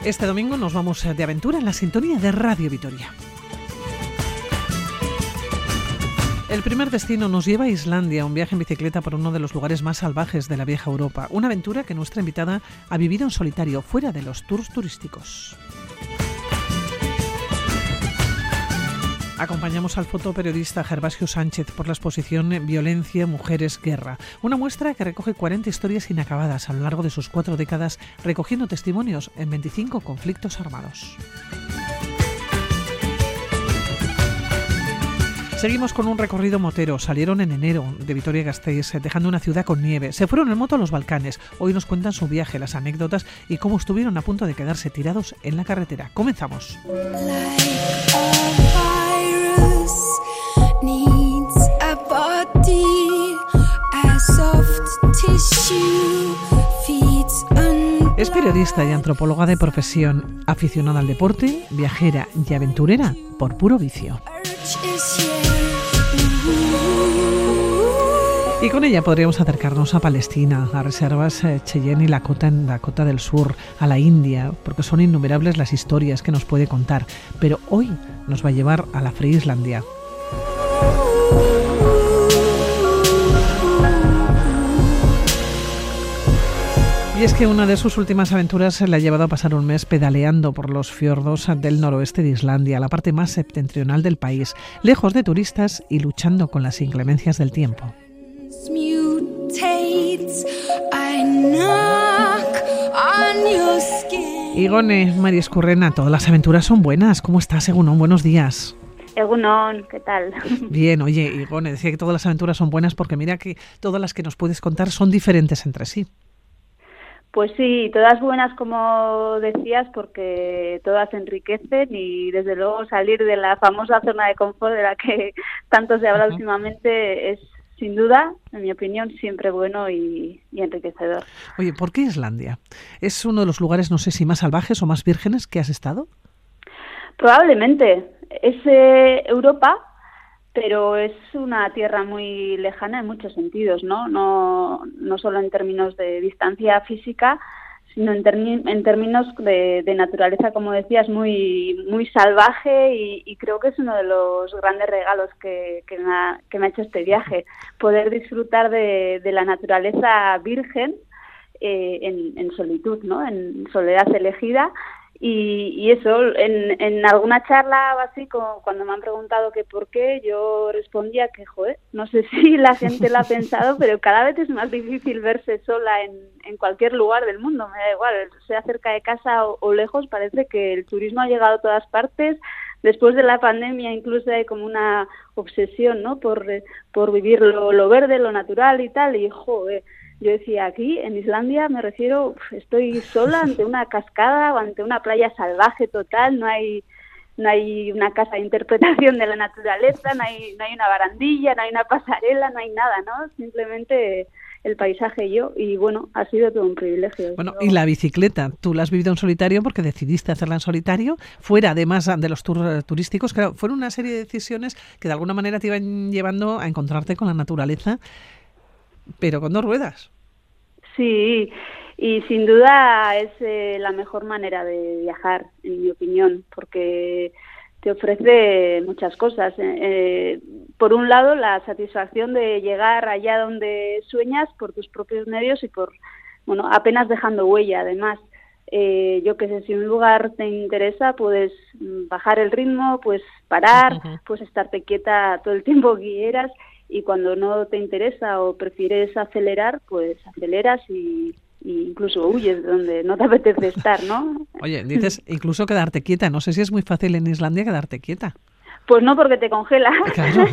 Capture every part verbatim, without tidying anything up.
Este domingo nos vamos de aventura en la sintonía de Radio Vitoria. El primer destino nos lleva a Islandia, un viaje en bicicleta por uno de los lugares más salvajes de la vieja Europa. Una aventura que nuestra invitada ha vivido en solitario, fuera de los tours turísticos. Acompañamos al fotoperiodista Gervasio Sánchez por la exposición Violencia, Mujeres, Guerra. Una muestra que recoge cuarenta historias inacabadas a lo largo de sus cuatro décadas, recogiendo testimonios en veinticinco conflictos armados. Seguimos con un recorrido motero. Salieron en enero de Vitoria-Gasteiz, dejando una ciudad con nieve. Se fueron en moto a los Balcanes. Hoy nos cuentan su viaje, las anécdotas y cómo estuvieron a punto de quedarse tirados en la carretera. Comenzamos. Es periodista y antropóloga de profesión, aficionada al deporte, viajera y aventurera por puro vicio. Y con ella podríamos acercarnos a Palestina, a reservas Cheyenne y Lakota en Dakota del Sur, a la India, porque son innumerables las historias que nos puede contar. Pero hoy nos va a llevar a la Frieslandia. Y es que una de sus últimas aventuras le ha llevado a pasar un mes pedaleando por los fiordos del noroeste de Islandia, la parte más septentrional del país, lejos de turistas y luchando con las inclemencias del tiempo. Igone, María Escurrena, todas las aventuras son buenas. ¿Cómo estás, Egunon? Buenos días. Egunon, ¿qué tal? Bien, oye, Igone, decía que todas las aventuras son buenas porque mira que todas las que nos puedes contar son diferentes entre sí. Pues sí, todas buenas como decías, porque todas enriquecen y desde luego salir de la famosa zona de confort de la que tanto se habla uh-huh. últimamente es sin duda, en mi opinión, siempre bueno y, y enriquecedor. Oye, ¿por qué Islandia? ¿Es uno de los lugares, no sé si más salvajes o más vírgenes que has estado? Probablemente. Es eh, Europa, pero es una tierra muy lejana en muchos sentidos, ¿no? No, no solo en términos de distancia física, sino en, termi- en términos de, de naturaleza, como decías, muy muy salvaje y, y creo que es uno de los grandes regalos que, que, me, ha, que me ha hecho este viaje, poder disfrutar de, de la naturaleza virgen eh, en, en solitud, ¿no? En soledad elegida. Y, y eso, en, en alguna charla o así, como cuando me han preguntado que por qué, yo respondía que, joder, no sé si la gente lo ha pensado, pero cada vez es más difícil verse sola en, en cualquier lugar del mundo. Me da igual, sea cerca de casa o, o lejos, parece que el turismo ha llegado a todas partes. Después de la pandemia incluso hay como una obsesión, ¿no?, por, por vivir lo, lo verde, lo natural y tal, y joder. Yo decía, aquí en Islandia me refiero, estoy sola ante una cascada o ante una playa salvaje total, no hay no hay una casa de interpretación de la naturaleza, no hay no hay una barandilla, no hay una pasarela, no hay nada, ¿no? Simplemente el paisaje y yo, y bueno, ha sido todo un privilegio. Bueno, y la bicicleta, tú la has vivido en solitario porque decidiste hacerla en solitario, fuera además de los tours turísticos, claro, fueron una serie de decisiones que de alguna manera te iban llevando a encontrarte con la naturaleza, pero con dos ruedas. Sí, y sin duda es eh, la mejor manera de viajar, en mi opinión, porque te ofrece muchas cosas. Eh, por un lado, la satisfacción de llegar allá donde sueñas por tus propios medios y por, bueno, apenas dejando huella, además. Eh, yo qué sé, si un lugar te interesa, puedes bajar el ritmo, puedes parar, uh-huh. puedes estarte quieta todo el tiempo que quieras. Y cuando no te interesa o prefieres acelerar, pues aceleras y, y incluso huyes donde no te apetece estar, ¿no? Oye, dices incluso quedarte quieta. No sé si es muy fácil en Islandia quedarte quieta. Pues no, porque te congela. Claro.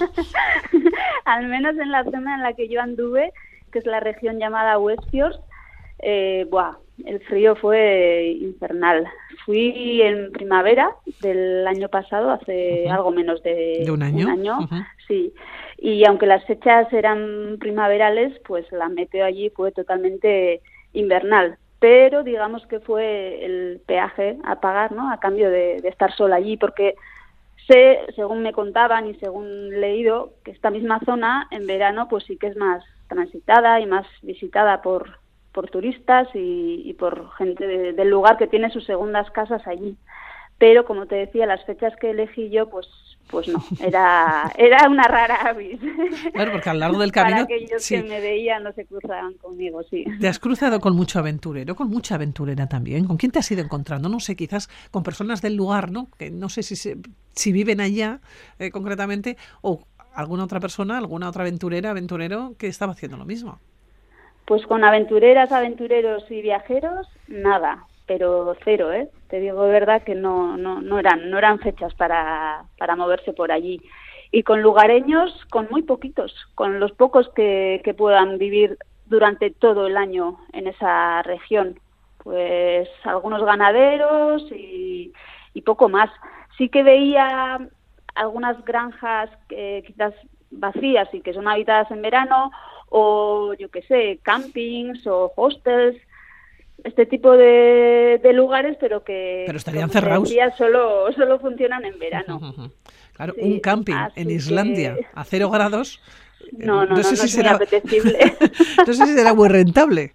Al menos en la zona en la que yo anduve, que es la región llamada Westfjords, eh, buah, el frío fue infernal. Fui en primavera del año pasado, hace uh-huh. algo menos de, ¿De un año. Un año uh-huh. Sí. Y aunque las fechas eran primaverales, pues la meteo allí fue totalmente invernal. Pero digamos que fue el peaje a pagar, ¿no?, a cambio de, de estar sola allí, porque sé, según me contaban y según leído, que esta misma zona en verano pues sí que es más transitada y más visitada por por turistas y, y por gente de, del lugar que tiene sus segundas casas allí. Pero, como te decía, las fechas que elegí yo, pues pues no, era era una rara avis. Claro, porque a lo largo del camino... Para aquellos sí. que me veían no se cruzaban conmigo, sí. Te has cruzado con mucho aventurero, con mucha aventurera también. ¿Con quién te has ido encontrando? No sé, quizás con personas del lugar, ¿no? Que no sé si se, si viven allá eh, concretamente, o alguna otra persona, alguna otra aventurera, aventurero que estaba haciendo lo mismo. Pues con aventureras, aventureros y viajeros, nada, pero cero, ¿eh? Te digo de verdad que no no no eran no eran fechas para para moverse por allí. Y con lugareños, con muy poquitos, con los pocos que, que puedan vivir durante todo el año en esa región. Pues algunos ganaderos y, y poco más. Sí que veía algunas granjas eh, quizás vacías y que son habitadas en verano, o yo qué sé, campings o hostels, este tipo de, de lugares, pero que pero estarían como cerrados. Decía, solo, solo funcionan en verano. Claro, sí, un camping en Islandia que... a cero grados, no, no, no, sé no, si no es será... muy apetecible. No sé si será muy rentable.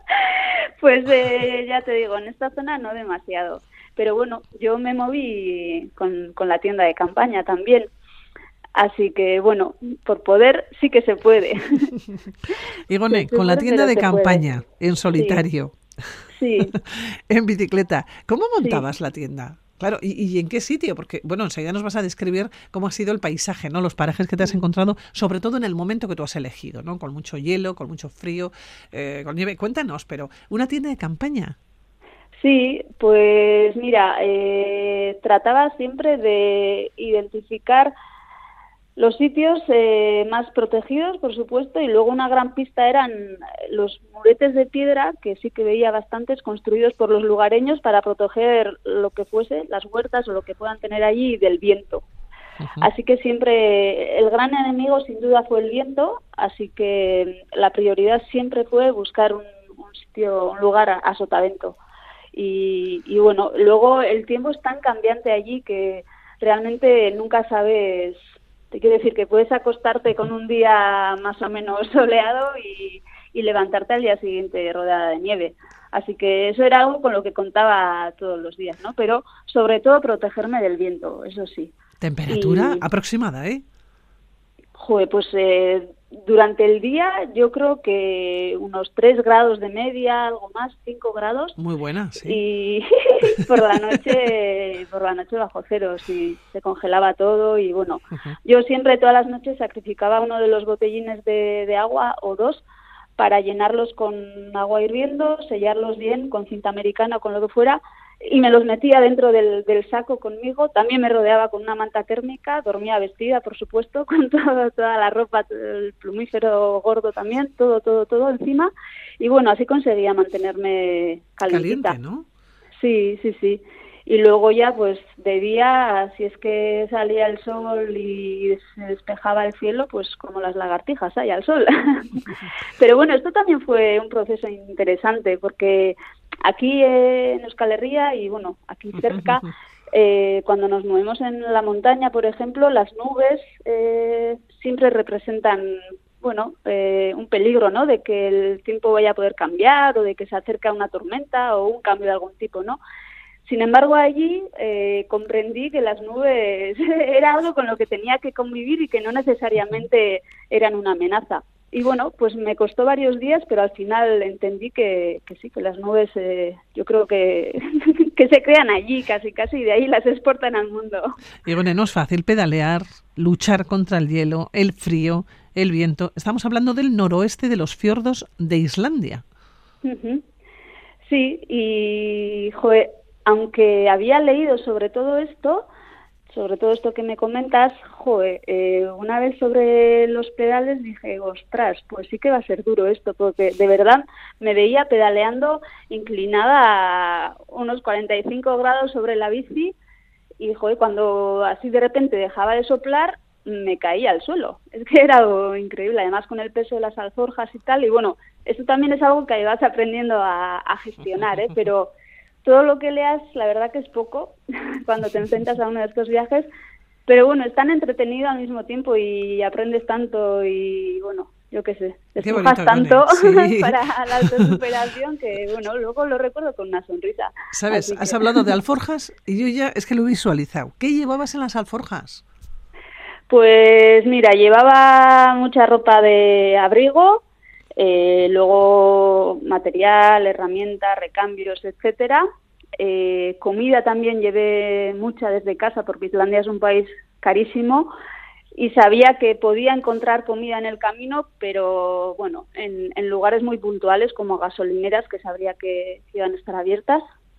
Pues eh, ya te digo, en esta zona no demasiado. Pero bueno, yo me moví con, con la tienda de campaña también. Así que, bueno, por poder sí que se puede. Igone, con la tienda de campaña puede. En solitario, sí. Sí. En bicicleta, ¿cómo montabas sí. la tienda? Claro, ¿y, ¿y en qué sitio? Porque, bueno, enseguida nos vas a describir cómo ha sido el paisaje, ¿no? Los parajes que te has encontrado, sobre todo en el momento que tú has elegido, ¿no? Con mucho hielo, con mucho frío, eh, con nieve. Cuéntanos, pero ¿una tienda de campaña? Sí, pues mira, eh, trataba siempre de identificar los sitios eh, más protegidos, por supuesto, y luego una gran pista eran los muretes de piedra, que sí que veía bastantes, construidos por los lugareños para proteger lo que fuese, las huertas o lo que puedan tener allí del viento. Uh-huh. Así que siempre el gran enemigo sin duda fue el viento, así que la prioridad siempre fue buscar un, un sitio, un lugar a, a sotavento. Y, y bueno, luego el tiempo es tan cambiante allí que realmente nunca sabes. Te quiero decir que puedes acostarte con un día más o menos soleado y, y levantarte al día siguiente rodeada de nieve. Así que eso era algo con lo que contaba todos los días, ¿no? Pero sobre todo protegerme del viento, eso sí. Temperatura y, aproximada, ¿eh? Joder, pues eh, durante el día yo creo que unos tres grados de media, algo más, cinco grados. Muy buena, sí. Y por la noche, por la noche bajo cero, sí, se congelaba todo y bueno, uh-huh. Yo siempre todas las noches sacrificaba uno de los botellines de, de agua o dos para llenarlos con agua hirviendo, sellarlos bien con cinta americana o con lo que fuera y me los metía dentro del, del saco conmigo. También me rodeaba con una manta térmica, dormía vestida, por supuesto, con todo, toda la ropa, el plumífero gordo también, todo, todo, todo encima. Y bueno, así conseguía mantenerme calientita. Caliente, ¿no? Sí, sí, sí. Y luego ya, pues de día, si es que salía el sol y se despejaba el cielo, pues como las lagartijas hay al sol. Pero bueno, esto también fue un proceso interesante porque aquí eh, en Euskal Herria y bueno, aquí cerca, eh, cuando nos movemos en la montaña, por ejemplo, las nubes eh, siempre representan, bueno, eh, un peligro, ¿no? De que el tiempo vaya a poder cambiar o de que se acerca una tormenta o un cambio de algún tipo, ¿no? Sin embargo, allí eh, comprendí que las nubes era algo con lo que tenía que convivir y que no necesariamente eran una amenaza. Y bueno, pues me costó varios días, pero al final entendí que, que sí, que las nubes eh, yo creo que, que se crean allí casi, casi, y de ahí las exportan al mundo. Y bueno, no es fácil pedalear, luchar contra el hielo, el frío, el viento. Estamos hablando del noroeste de los fiordos de Islandia. Uh-huh. Sí, y joder, aunque había leído sobre todo esto, sobre todo esto que me comentas, joder, eh, una vez sobre los pedales dije, ostras, pues sí que va a ser duro esto, porque de verdad me veía pedaleando inclinada a unos cuarenta y cinco grados sobre la bici y, joder, cuando así de repente dejaba de soplar, me caía al suelo. Es que era algo increíble, además con el peso de las alforjas y tal, y bueno, eso también es algo que vas aprendiendo a, a gestionar, ¿eh? Pero todo lo que leas, la verdad que es poco cuando te enfrentas a uno de estos viajes, pero bueno, es tan entretenido al mismo tiempo y aprendes tanto y bueno, yo qué sé, te esfuerzas tanto sí. para la autosuperación que, bueno, luego lo recuerdo con una sonrisa. ¿Sabes? Así Has que... hablado de alforjas y yo ya es que lo he visualizado. ¿Qué llevabas en las alforjas? Pues mira, llevaba mucha ropa de abrigo, eh, luego material, herramientas, recambios, etcétera. Eh, comida también llevé mucha desde casa porque Islandia es un país carísimo y sabía que podía encontrar comida en el camino, pero bueno, en, en lugares muy puntuales como gasolineras que sabría que iban a estar abiertas.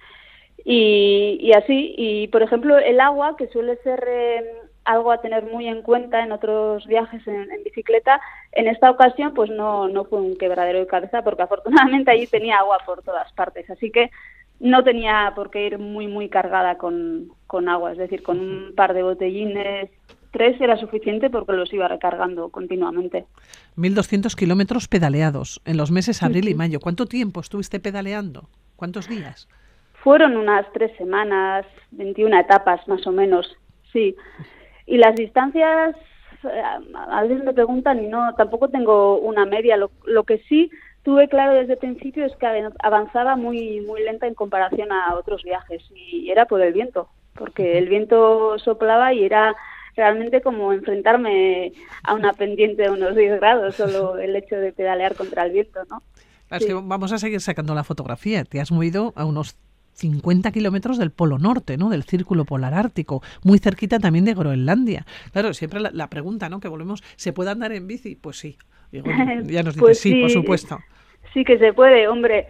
Y, y así, y por ejemplo el agua, que suele ser eh, algo a tener muy en cuenta en otros viajes en, en bicicleta, en esta ocasión pues no, no fue un quebradero de cabeza porque afortunadamente allí tenía agua por todas partes, así que no tenía por qué ir muy muy cargada con, con agua, es decir, con un par de botellines, tres era suficiente porque los iba recargando continuamente. mil doscientos kilómetros pedaleados en los meses abril y mayo. ¿Cuánto tiempo estuviste pedaleando? ¿Cuántos días? Fueron unas tres semanas, veintiuna etapas más o menos, sí. Y las distancias, a veces me preguntan y no, tampoco tengo una media. Lo, lo que sí tuve claro desde el principio es que avanzaba muy muy lenta en comparación a otros viajes y era por el viento, porque el viento soplaba y era realmente como enfrentarme a una pendiente de unos diez grados, solo el hecho de pedalear contra el viento, ¿no? Es Sí. que vamos a seguir sacando la fotografía. Te has movido a unos cincuenta kilómetros del Polo Norte, ¿no? Del Círculo Polar Ártico, muy cerquita también de Groenlandia. Claro, siempre la, la pregunta, ¿no? Que volvemos, ¿se puede andar en bici? Pues sí. Y bueno, ya nos dices, pues sí, sí, por supuesto. Sí que se puede, hombre.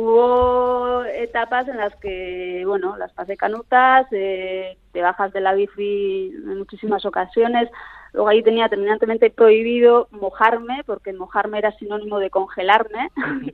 Hubo etapas en las que, bueno, las pasé canutas, eh, te bajas de la bici en muchísimas ocasiones. Luego ahí tenía terminantemente prohibido mojarme, porque mojarme era sinónimo de congelarme.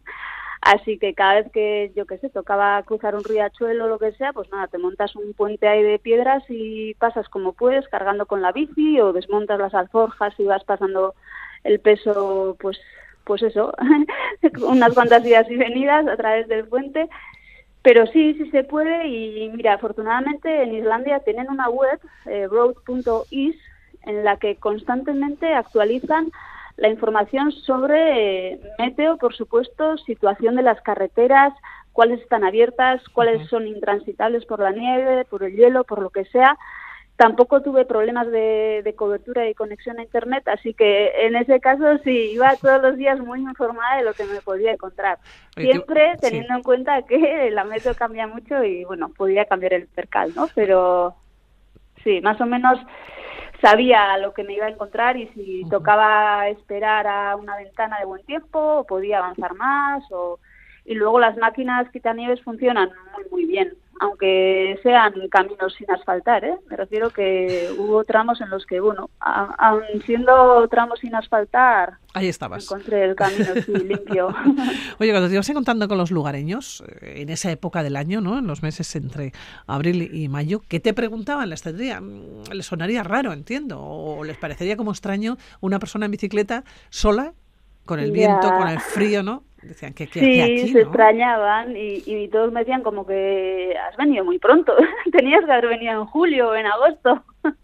Así que cada vez que, yo qué sé, tocaba cruzar un riachuelo o lo que sea, pues nada, te montas un puente ahí de piedras y pasas como puedes, cargando con la bici, o desmontas las alforjas y vas pasando el peso, pues pues eso, unas cuantas idas y venidas a través del puente. Pero sí, sí se puede y mira, afortunadamente en Islandia tienen una web, eh, road punto is, en la que constantemente actualizan la información sobre eh, meteo, por supuesto, situación de las carreteras, cuáles están abiertas, cuáles son intransitables por la nieve, por el hielo, por lo que sea. Tampoco tuve problemas de, de cobertura y conexión a Internet, así que en ese caso sí, iba todos los días muy informada de lo que me podía encontrar. Siempre teniendo sí. en cuenta que la meteo cambia mucho y, bueno, podía cambiar el percal, ¿no? Pero sí, más o menos sabía lo que me iba a encontrar y si uh-huh. tocaba esperar a una ventana de buen tiempo o podía avanzar más. O... Y luego las máquinas quitanieves funcionan muy, muy bien, aunque sean caminos sin asfaltar, ¿eh? Me refiero que hubo tramos en los que, bueno, aun siendo tramos sin asfaltar, ahí estabas. Encontré el camino así limpio. Oye, cuando te ibas encontrando con los lugareños, en esa época del año, ¿no? En los meses entre abril y mayo, ¿qué te preguntaban? ¿Les tendría, les sonaría raro, entiendo? ¿O les parecería como extraño una persona en bicicleta sola, con el viento, ya. con el frío, ¿no? Decían que sí, aquí, se ¿no? extrañaban y, y todos me decían como que has venido muy pronto, tenías que haber venido en julio o en agosto.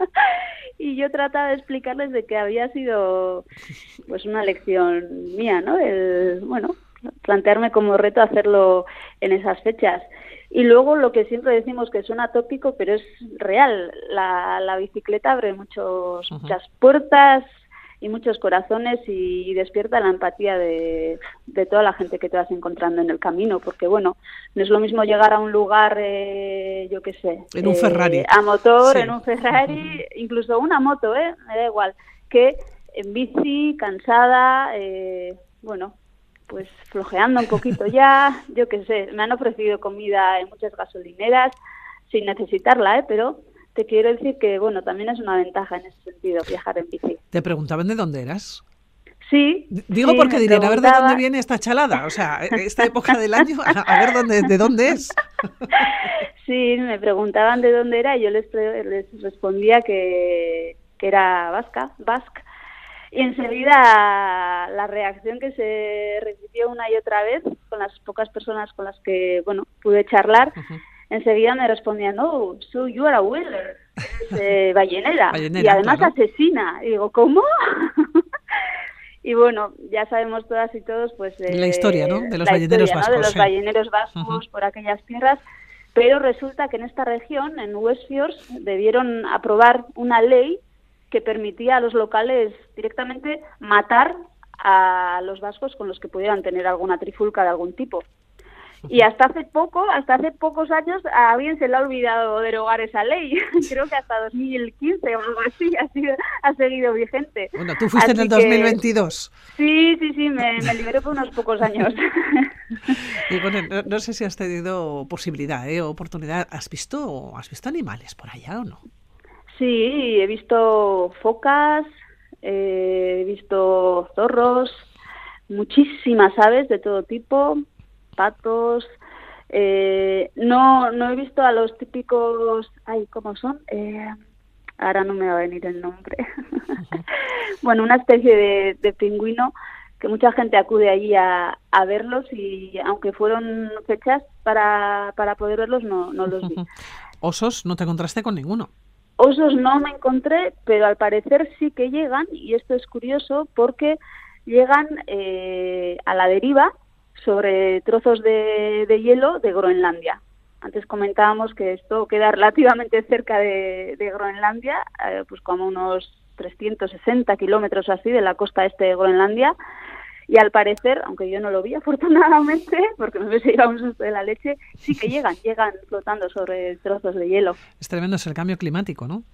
Y yo trataba de explicarles de que había sido pues una lección mía, ¿no? El, bueno, plantearme como reto hacerlo en esas fechas. Y luego lo que siempre decimos que suena tópico, pero es real, la, la bicicleta abre muchos, uh-huh. muchas puertas y muchos corazones y, y despierta la empatía de, de toda la gente que te vas encontrando en el camino, porque bueno, no es lo mismo llegar a un lugar, eh, yo qué sé, en un eh, Ferrari, a motor, sí. en un Ferrari, incluso una moto, eh, me da igual, que en bici, cansada, eh, bueno, pues flojeando un poquito ya, yo qué sé, me han ofrecido comida en muchas gasolineras sin necesitarla, eh, pero te quiero decir que, bueno, también es una ventaja en ese sentido, viajar en bici. ¿Te preguntaban de dónde eras? Sí. Digo sí, porque dirían, preguntaba... a ver de dónde viene esta chalada, o sea, esta época del año, a ver dónde, de dónde es. Sí, me preguntaban de dónde era y yo les, les respondía que, que era vasca, vasca. Y enseguida la reacción que se repitió una y otra vez con las pocas personas con las que, bueno, pude charlar, uh-huh. enseguida me respondían, oh, so you are a whaler, eres eh, ballenera, ballenera, y además claro. asesina. Y digo, ¿cómo? Y bueno, ya sabemos todas y todos, pues... Eh, la historia, ¿no? De los la balleneros historia, vascos. ¿no? De los sí. balleneros vascos Uh-huh. por aquellas tierras. Pero resulta que en esta región, en Westfjords, debieron aprobar una ley que permitía a los locales directamente matar a los vascos con los que pudieran tener alguna trifulca de algún tipo. Y hasta hace poco, hasta hace pocos años, a alguien se le ha olvidado derogar esa ley. Creo que hasta dos mil quince o algo así ha, sido, ha seguido vigente. Bueno, tú fuiste así en el que, dos mil veintidós. Sí, sí, sí, me, me liberé por unos pocos años. Y bueno, no, no sé si has tenido posibilidad, ¿eh? oportunidad. ¿Has visto, ¿Has visto animales por allá o no? Sí, he visto focas, eh, he visto zorros, muchísimas aves de todo tipo, patos. Eh, no, no he visto a los típicos, ay, ¿cómo son? Eh, ahora no me va a venir el nombre. Uh-huh. Bueno, una especie de, de pingüino que mucha gente acude allí a, a verlos y aunque fueron fechas para, para poder verlos, no, no los vi. ¿Osos? ¿No te encontraste con ninguno? Osos no me encontré, pero al parecer sí que llegan, y esto es curioso porque llegan eh, a la deriva sobre trozos de, de hielo de Groenlandia. Antes comentábamos que esto queda relativamente cerca de, de Groenlandia, eh, pues como unos trescientos sesenta kilómetros así de la costa este de Groenlandia, y al parecer, aunque yo no lo vi afortunadamente, porque me hubiese llevado un susto de la leche, sí que llegan, llegan flotando sobre trozos de hielo. Es tremendo, es el cambio climático, ¿no?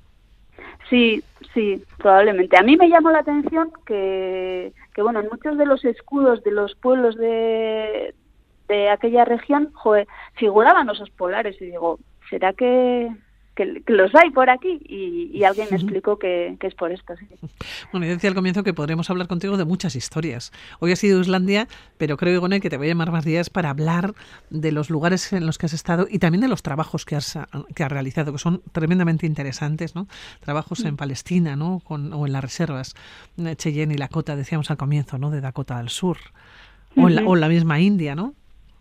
Sí, sí, probablemente. A mí me llamó la atención que, que bueno, en muchos de los escudos de los pueblos de, de aquella región, joder, figuraban osos polares y digo, ¿será que, que, que los hay por aquí? Y, y alguien me explicó que, que es por esto, sí. Bueno, yo decía al comienzo que podremos hablar contigo de muchas historias. Hoy has sido Islandia, pero creo, Igone, que te voy a llamar más días para hablar de los lugares en los que has estado y también de los trabajos que has, que has realizado, que son tremendamente interesantes, ¿no? Trabajos en Palestina, ¿no? Con, o en las reservas Cheyenne y Lakota, decíamos al comienzo, ¿no? De Dakota al sur. O en la, o en la misma India, ¿no?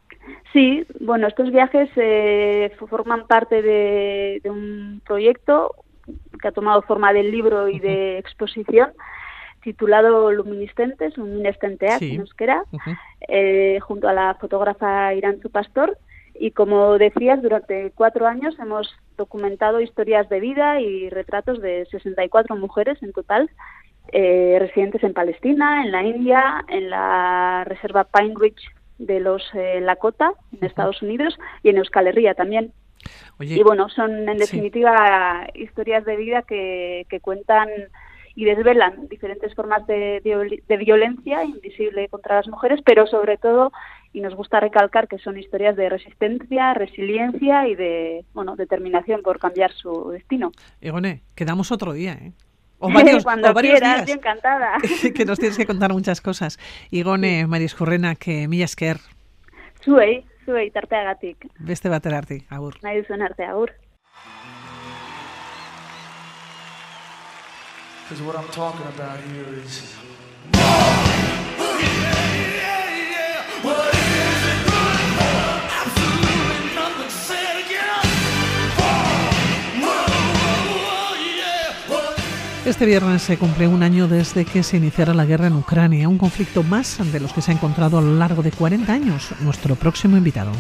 Sí, bueno, estos viajes eh, forman parte de, de un proyecto que ha tomado forma de libro y de exposición titulado Luminiscentes, Luminescenteak, sí. en euskera, uh-huh. eh, junto a la fotógrafa Irantzu Pastor. Y como decías, durante cuatro años hemos documentado historias de vida y retratos de sesenta y cuatro mujeres en total, eh, residentes en Palestina, en la India, en la reserva Pine Ridge de los eh, Lakota, en uh-huh. Estados Unidos, y en Euskal Herria también. Oye, y bueno, son en definitiva sí. historias de vida que, que cuentan y desvelan diferentes formas de, de, de violencia invisible contra las mujeres, pero sobre todo, y nos gusta recalcar que son historias de resistencia, resiliencia y de bueno determinación por cambiar su destino. Igone, quedamos otro día, ¿eh? O varios, Cuando o varios quieras, días. yo encantada. Que nos tienes que contar muchas cosas. Igone, sí. Mari Eskurrena, que mila esker. Zuei, zuei tarteagatik. Beste batera arte, agur. Nahi duzuen arte, agur. Because what I'm talking about here is Este viernes se cumple un año desde que se iniciara la guerra en Ucrania, un conflicto más de los que se ha encontrado a lo largo de cuarenta años. Nuestro próximo invitado.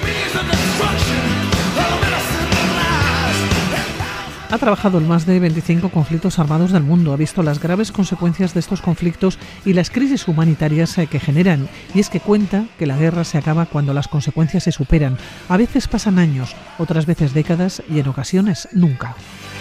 Ha trabajado en más de veinticinco conflictos armados del mundo, ha visto las graves consecuencias de estos conflictos y las crisis humanitarias que generan. Y es que cuenta que la guerra se acaba cuando las consecuencias se superan. A veces pasan años, otras veces décadas y en ocasiones nunca.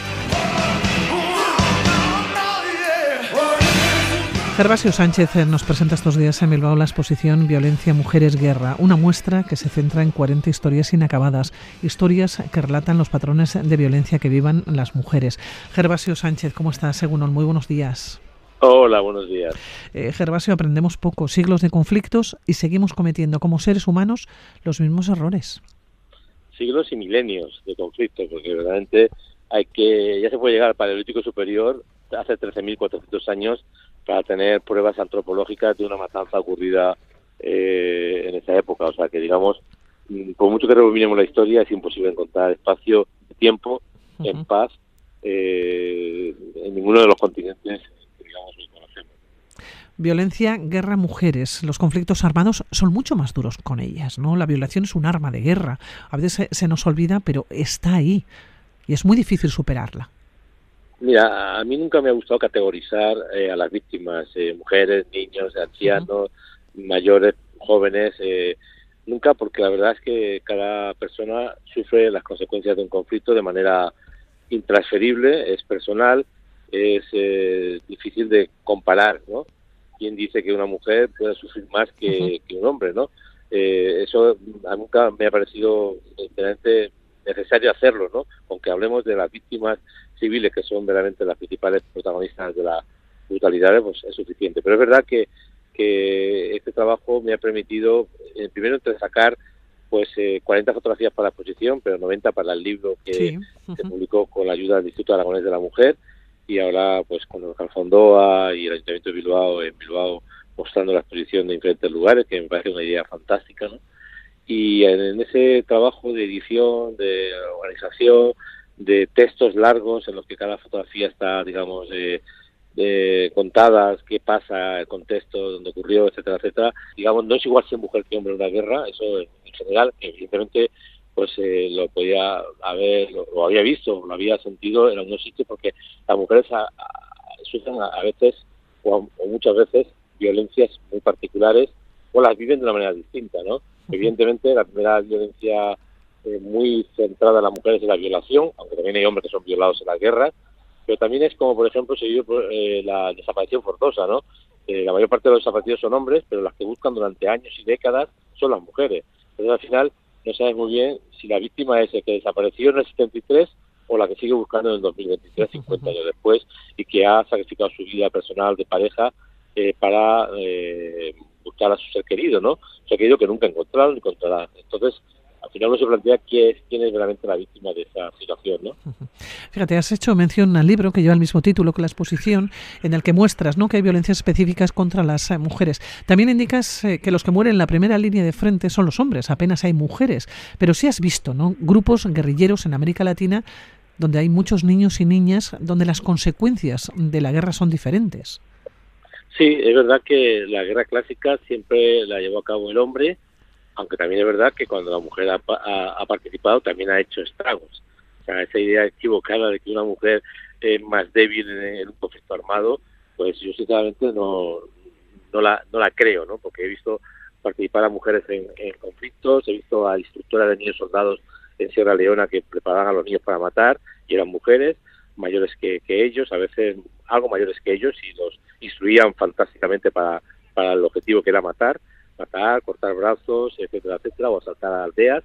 Gervasio Sánchez nos presenta estos días en Bilbao la exposición Violencia, Mujeres, Guerra, una muestra que se centra en cuarenta historias inacabadas, historias que relatan los patrones de violencia que vivan las mujeres. Gervasio Sánchez, ¿cómo estás? Según muy buenos días. Hola, buenos días. Eh, Gervasio, aprendemos poco, siglos de conflictos y seguimos cometiendo como seres humanos los mismos errores. Siglos y milenios de conflicto, porque verdaderamente hay que ya se puede llegar al Paleolítico Superior hace trece mil cuatrocientos años para tener pruebas antropológicas de una matanza ocurrida eh, en esa época. O sea que, digamos, por mucho que rebobinemos la historia, es imposible encontrar espacio, tiempo, uh-huh. en paz, eh, en ninguno de los continentes que, digamos, hoy conocemos. Violencia, guerra, mujeres. Los conflictos armados son mucho más duros con ellas, ¿no? La violación es un arma de guerra. A veces se, se nos olvida, pero está ahí y es muy difícil superarla. Mira, a mí nunca me ha gustado categorizar eh, a las víctimas, eh, mujeres, niños, ancianos, uh-huh. mayores, jóvenes, eh, nunca, porque la verdad es que cada persona sufre las consecuencias de un conflicto de manera intransferible, es personal, es eh, difícil de comparar, ¿no? ¿Quién dice que una mujer puede sufrir más que, uh-huh. que un hombre, ¿no? Eh, eso nunca me ha parecido enteramente necesario hacerlo, ¿no? Aunque hablemos de las víctimas civiles, que son verdaderamente las principales protagonistas de las brutalidades, pues es suficiente. Pero es verdad que, que este trabajo me ha permitido, eh, primero, sacar pues eh, cuarenta fotografías para la exposición, pero noventa para el libro que sí. uh-huh. se publicó con la ayuda del Instituto Aragonés de la Mujer, y ahora pues con el Alfondoa y el Ayuntamiento de Bilbao, en Bilbao, mostrando la exposición de diferentes lugares, que me parece una idea fantástica, ¿no? Y en, en ese trabajo de edición, de organización, de textos largos en los que cada fotografía está, digamos, eh, eh, contadas, qué pasa, el contexto, dónde ocurrió, etcétera, etcétera. Digamos, no es igual ser mujer que hombre en una guerra, eso en general, evidentemente, pues eh, lo podía haber, lo, lo había visto, lo había sentido en algunos sitios, porque las mujeres a, a, sufren a, a veces, o, a, o muchas veces, violencias muy particulares, o las viven de una manera distinta, ¿no? Evidentemente, la primera violencia eh, muy centrada en las mujeres es la violación, aunque también hay hombres que son violados en la guerra, pero también es como, por ejemplo, se vive eh, la desaparición forzosa, ¿no? Eh, la mayor parte de los desaparecidos son hombres, pero las que buscan durante años y décadas son las mujeres. Entonces, al final, no sabes muy bien si la víctima es el que desapareció en el setenta y tres o la que sigue buscando en el dos mil veintitrés, cincuenta años después, y que ha sacrificado su vida personal de pareja eh, para eh, buscar a su ser querido, ¿no? Ser querido que nunca encontraron ni encontrarán. Entonces, al final uno se plantea quién es, quién es realmente la víctima de esa situación, ¿no? Fíjate, has hecho mención al libro que lleva el mismo título que la exposición, en el que muestras, ¿no?, que hay violencias específicas contra las eh, mujeres. También indicas eh, que los que mueren en la primera línea de frente son los hombres, apenas hay mujeres. Pero sí has visto, ¿no?, grupos guerrilleros en América Latina donde hay muchos niños y niñas, donde las consecuencias de la guerra son diferentes. Sí, es verdad que la guerra clásica siempre la llevó a cabo el hombre, aunque también es verdad que cuando la mujer ha, ha, ha participado también ha hecho estragos. O sea, esa idea equivocada de que una mujer es más débil en, en un conflicto armado, pues yo sinceramente no, no, la, no la creo, ¿no? Porque he visto participar a mujeres en, en conflictos, he visto a instructoras de niños soldados en Sierra Leona que preparaban a los niños para matar, y eran mujeres mayores que, que ellos, a veces algo mayores que ellos, y los instruían fantásticamente para, para el objetivo que era matar. matar, cortar brazos, etcétera, etcétera, o asaltar a aldeas.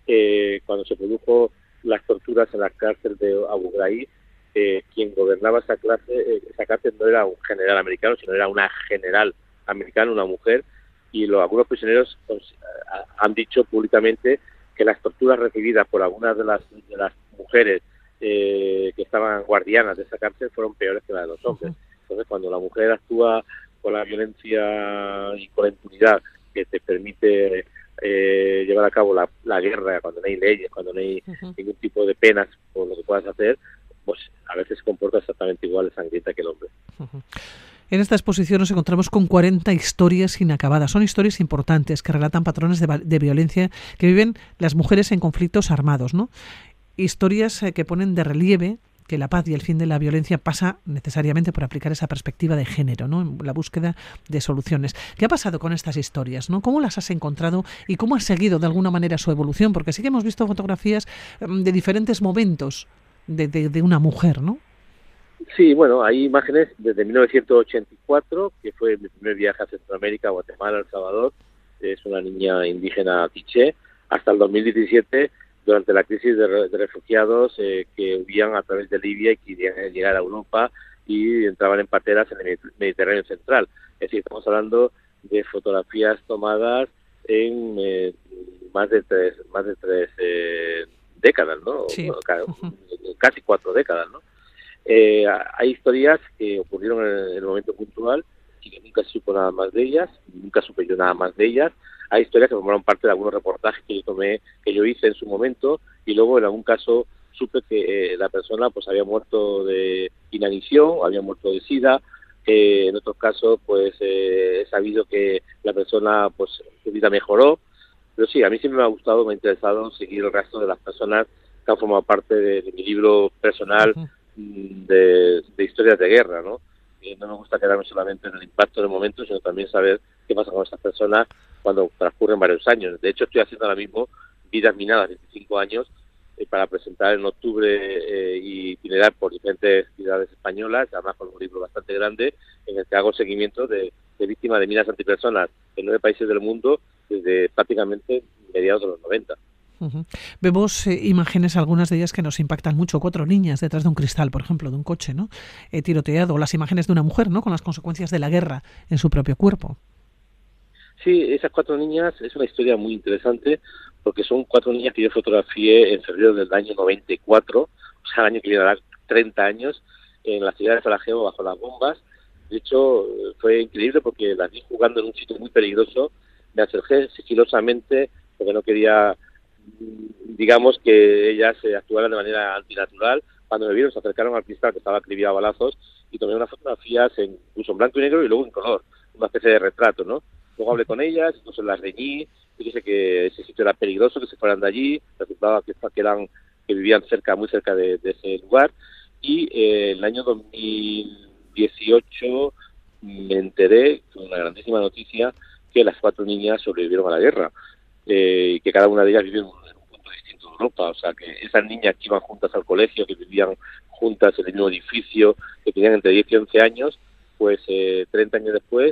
Eh, cuando se produjo las torturas en la cárcel de Abu Ghraib, eh, quien gobernaba esa clase, eh, esa cárcel no era un general americano, sino era una general americana, una mujer, y los, algunos prisioneros pues, han dicho públicamente que las torturas recibidas por algunas de las, de las mujeres eh, que estaban guardianas de esa cárcel fueron peores que las de los hombres. Entonces, cuando la mujer actúa con la violencia y con la impunidad que te permite eh, llevar a cabo la, la guerra, cuando no hay leyes, cuando no hay uh-huh. ningún tipo de penas por lo que puedas hacer, pues a veces se comporta exactamente igual de sangrienta que el hombre. Uh-huh. En esta exposición nos encontramos con cuarenta historias inacabadas. Son historias importantes que relatan patrones de, de violencia que viven las mujeres en conflictos armados, ¿no? Historias eh, que ponen de relieve que la paz y el fin de la violencia pasa necesariamente por aplicar esa perspectiva de género, ¿no?, en la búsqueda de soluciones. ¿Qué ha pasado con estas historias, ¿no? ¿Cómo las has encontrado y cómo has seguido de alguna manera su evolución? Porque sí que hemos visto fotografías de diferentes momentos de, de, de una mujer, ¿no? Sí, bueno, hay imágenes desde mil novecientos ochenta y cuatro, que fue mi primer viaje a Centroamérica, Guatemala, El Salvador, es una niña indígena quiché, hasta el dos mil diecisiete, durante la crisis de, de refugiados eh, que huían a través de Libia y querían llegar a Europa y entraban en pateras en el Mediterráneo central. Es decir, estamos hablando de fotografías tomadas en eh, más de tres, más de tres eh, décadas, ¿no? Sí. Uh-huh. Casi cuatro décadas, ¿no? Eh, hay historias que ocurrieron en el momento puntual y que nunca se supo nada más de ellas, nunca supe yo nada más de ellas. Hay historias que formaron parte de algunos reportajes que yo tomé, que yo hice en su momento, y luego en algún caso supe que eh, la persona pues había muerto de inanición, había muerto de sida, Eh, en otros casos, pues eh, he sabido que la persona, pues su vida mejoró. Pero sí, a mí siempre me ha gustado, me ha interesado seguir el resto de las personas que han formado parte de, de mi libro personal Uh-huh. de, de historias de guerra, ¿no? Y no me gusta quedarme solamente en el impacto del momento, sino también saber qué pasa con estas personas cuando transcurren varios años. De hecho, estoy haciendo ahora mismo Vidas Minadas, veinticinco años, eh, para presentar en octubre eh, y itinerar por diferentes ciudades españolas, además con un libro bastante grande, en el que hago seguimiento de, de víctimas de minas antipersonas en nueve países del mundo desde prácticamente mediados de los noventa. Uh-huh. Vemos eh, imágenes, algunas de ellas que nos impactan mucho. Cuatro niñas detrás de un cristal, por ejemplo, de un coche, ¿no? Eh, tiroteado. Las imágenes de una mujer, ¿no? Con las consecuencias de la guerra en su propio cuerpo. Sí, esas cuatro niñas es una historia muy interesante porque son cuatro niñas que yo fotografié en febrero del año noventa y cuatro, o sea, el año que viene a dar treinta años, en la ciudad de Sarajevo bajo las bombas. De hecho, fue increíble porque las vi jugando en un sitio muy peligroso. Me acerqué sigilosamente porque no quería, digamos, que ellas se actuaran de manera antinatural. Cuando me vieron, se acercaron al cristal que estaba acribillado a balazos y tomé unas fotografías en, incluso en blanco y negro y luego en color, una especie de retrato, ¿no? Luego hablé con ellas, incluso las reñí, dije que ese sitio era peligroso, que se fueran de allí, resultaba que, que, eran, que vivían cerca, muy cerca de, de ese lugar. Y eh, en el año dos mil dieciocho me enteré, con una grandísima noticia, que las cuatro niñas sobrevivieron a la guerra, eh, y que cada una de ellas vive en un, en un punto distinto de Europa. O sea, que esas niñas que iban juntas al colegio, que vivían juntas en el mismo edificio, que tenían entre diez y once años, pues eh, treinta años después,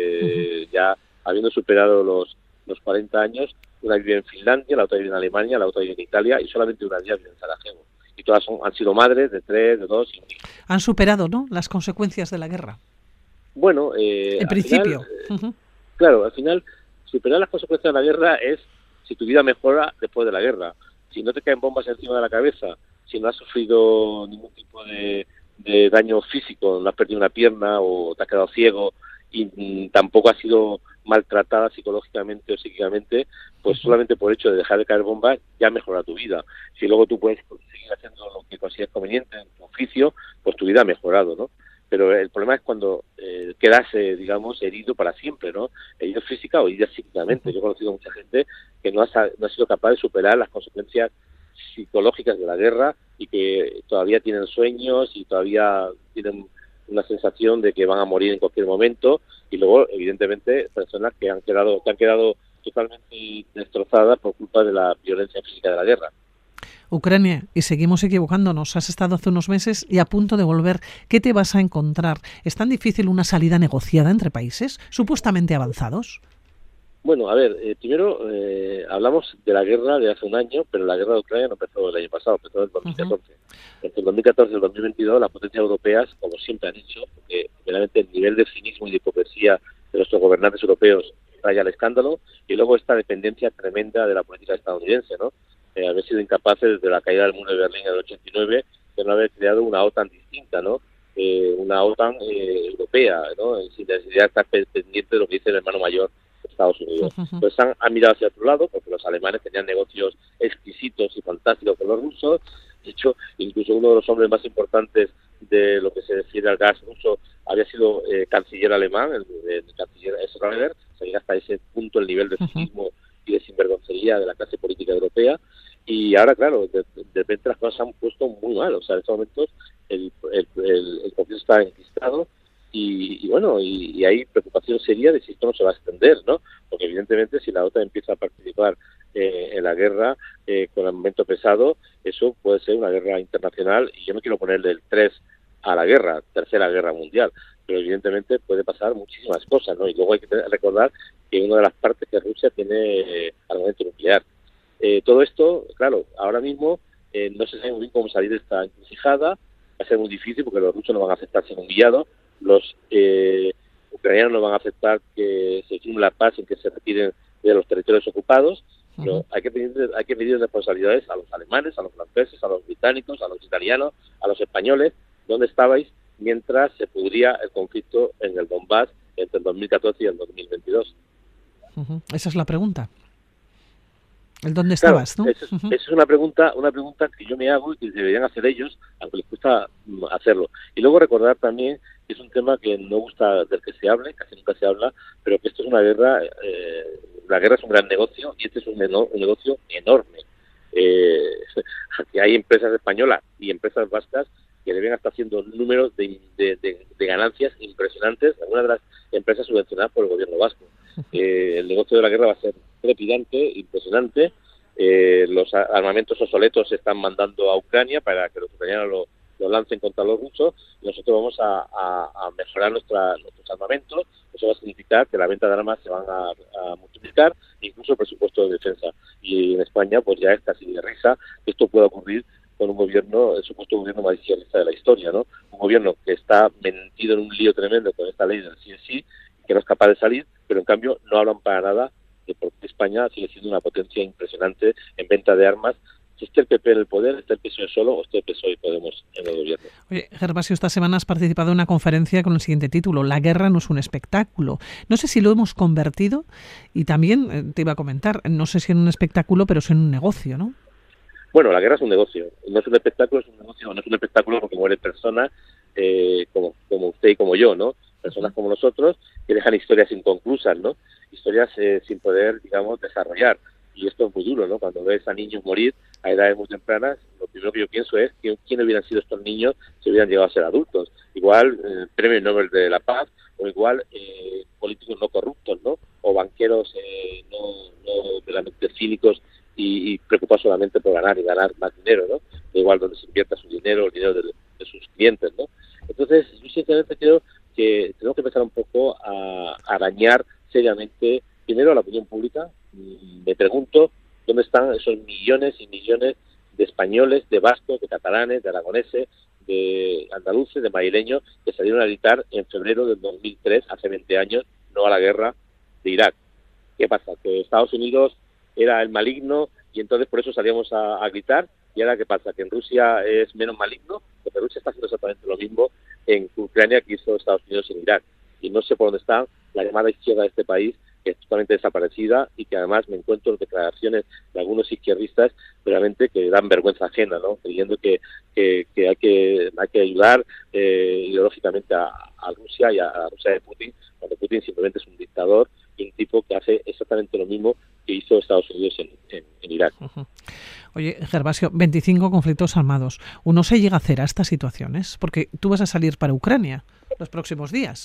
eh, uh-huh. ya habiendo superado los, los cuarenta años, una vive en Finlandia, la otra vive en Alemania, la otra vive en Italia y solamente una de ellas vive en Sarajevo. Y todas son, han sido madres de tres, de dos y un hijo. Han superado, ¿no?, las consecuencias de la guerra. Bueno, eh, en principio. Final, uh-huh. Claro, al final, superar las consecuencias de la guerra es si tu vida mejora después de la guerra. Si no te caen bombas encima de la cabeza, si no has sufrido ningún tipo de, de daño físico, no has perdido una pierna o te has quedado ciego y mm, tampoco has sido maltratada psicológicamente o psíquicamente, pues uh-huh. solamente por el hecho de dejar de caer bombas ya mejora tu vida. Si luego tú puedes seguir haciendo lo que consideres conveniente en tu oficio, pues tu vida ha mejorado, ¿no? Pero el problema es cuando eh, quedas, eh, digamos, herido para siempre, ¿no? Herido física o herido psíquicamente. Yo he conocido a mucha gente que no ha, no ha sido capaz de superar las consecuencias psicológicas de la guerra y que todavía tienen sueños y todavía tienen una sensación de que van a morir en cualquier momento. Y luego, evidentemente, personas que han quedado, que han quedado totalmente destrozadas por culpa de la violencia física de la guerra. Ucrania, y seguimos equivocándonos. Has estado hace unos meses y a punto de volver. ¿Qué te vas a encontrar? ¿Es tan difícil una salida negociada entre países supuestamente avanzados? Bueno, a ver, eh, primero eh, hablamos de la guerra de hace un año, pero la guerra de Ucrania no empezó el año pasado, empezó en el dos mil catorce. Uh-huh. Entre el dos mil catorce y el dos mil veintidós, las potencias europeas, como siempre han hecho, porque primeramente el nivel de cinismo y de hipocresía de nuestros gobernantes europeos raya el escándalo, y luego esta dependencia tremenda de la política estadounidense, ¿no? Eh, haber sido incapaces desde la caída del muro de Berlín en el ochenta y nueve de no haber creado una OTAN distinta, ¿no? Eh, una OTAN eh, europea, ¿no? Sin necesidad de estar pendiente de lo que dice el hermano mayor de Estados Unidos. Uh-huh. Pues han, han mirado hacia otro lado, porque los alemanes tenían negocios exquisitos y fantásticos con los rusos. De hecho, incluso uno de los hombres más importantes de lo que se refiere al gas ruso había sido eh, canciller alemán, el, el canciller Schroeder. Se llega hasta ese punto el nivel de cinismo uh-huh. y de sinvergoncería de la clase política europea. Y ahora, claro, de, de repente las cosas se han puesto muy mal. O sea, en estos momentos el, el, el, el conflicto está enquistado y, y bueno, y, y hay preocupación seria de si esto no se va a extender, ¿no? Porque evidentemente si la OTAN empieza a participar eh, en la guerra eh, con armamento pesado, eso puede ser una guerra internacional y yo no quiero ponerle el tres a la guerra, tercera guerra mundial, pero evidentemente puede pasar muchísimas cosas, ¿no? Y luego hay que recordar que una de las partes que Rusia tiene eh, armamento nuclear. Eh, todo esto, claro, ahora mismo eh, no se sabe muy bien cómo salir de esta encrucijada, va a ser muy difícil porque los rusos no van a aceptar ser humillados, los eh, ucranianos no van a aceptar que se firme la paz sin que se retiren de los territorios ocupados, uh-huh. pero hay que pedir, hay que pedir responsabilidades a los alemanes, a los franceses, a los británicos, a los italianos, a los españoles, ¿dónde estabais mientras se pudría el conflicto en el Donbass entre el dos mil catorce y el dos mil veintidós? Uh-huh. Esa es la pregunta. ¿El dónde estabas, claro, no? Esa es, uh-huh. es una pregunta, una pregunta que yo me hago y que deberían hacer ellos, aunque les cuesta hacerlo. Y luego recordar también que es un tema que no gusta del que se hable, casi nunca se habla, pero que esto es una guerra, eh, la guerra es un gran negocio y este es un, eno- un negocio enorme. Eh, aquí hay empresas españolas y empresas vascas que deben estar haciendo números de, de, de, de ganancias impresionantes, algunas de las empresas subvencionadas por el gobierno vasco. Eh, el negocio de la guerra va a ser trepidante, impresionante. Eh, los armamentos obsoletos se están mandando a Ucrania para que los ucranianos lo, lo lancen contra los rusos. Nosotros vamos a, a, a mejorar nuestra, nuestros armamentos. Eso va a significar que la venta de armas se van a, a multiplicar, incluso el presupuesto de defensa. Y en España, pues ya es casi de risa que esto pueda ocurrir con un gobierno, el supuesto gobierno más izquierdista de la historia, ¿no? Un gobierno que está metido en un lío tremendo con esta ley del sí es sí, que no es capaz de salir, pero en cambio no hablan para nada de por qué España sigue siendo una potencia impresionante en venta de armas. Si esté el P P en el poder, esté el P S O E solo o esté el P S O E y Podemos en el gobierno. Oye, Gervasio, esta semana has participado en una conferencia con el siguiente título: La guerra no es un espectáculo. No sé si lo hemos convertido, y también eh, te iba a comentar, no sé si en un espectáculo, pero es en un negocio, ¿no? Bueno, la guerra es un negocio, no es un espectáculo, es un negocio, no es un espectáculo porque mueren personas eh, como, como usted y como yo, ¿no? Personas como nosotros que dejan historias inconclusas, ¿no? Historias eh, sin poder, digamos, desarrollar. Y esto es muy duro, ¿no? Cuando ves a niños morir a edades muy tempranas, lo primero que yo pienso es que quién hubieran sido estos niños si hubieran llegado a ser adultos. Igual eh, Premio Nobel de la Paz, o igual eh, políticos no corruptos, ¿no? O banqueros eh, no, no verdaderamente cínicos y, y preocupados solamente por ganar y ganar más dinero, ¿no? Da igual donde se invierta su dinero, el dinero de, de sus clientes, ¿no? Entonces, yo sinceramente creo que tenemos que empezar un poco a, a arañar seriamente, primero, a la opinión pública. Me pregunto dónde están esos millones y millones de españoles, de vascos, de catalanes, de aragoneses, de andaluces, de madrileños, que salieron a gritar en febrero del dos mil tres, hace veinte años, no a la guerra de Irak. ¿Qué pasa? Que Estados Unidos era el maligno y entonces por eso salíamos a, a gritar. ¿Y ahora qué pasa? ¿Que en Rusia es menos maligno? Porque Rusia está haciendo exactamente lo mismo en Ucrania que hizo Estados Unidos en Irak. Y no sé por dónde está la llamada izquierda de este país, que es totalmente desaparecida y que además me encuentro en declaraciones de algunos izquierdistas realmente que dan vergüenza ajena, ¿no? Creyendo que, que, que hay que hay que ayudar eh, ideológicamente a, a Rusia y a, a Rusia de Putin, cuando Putin simplemente es un dictador y un tipo que hace exactamente lo mismo que hizo Estados Unidos en, en, en Irak. Uh-huh. Oye, Gervasio, veinticinco conflictos armados. ¿Uno se llega a hacer a estas situaciones? Porque tú vas a salir para Ucrania los próximos días.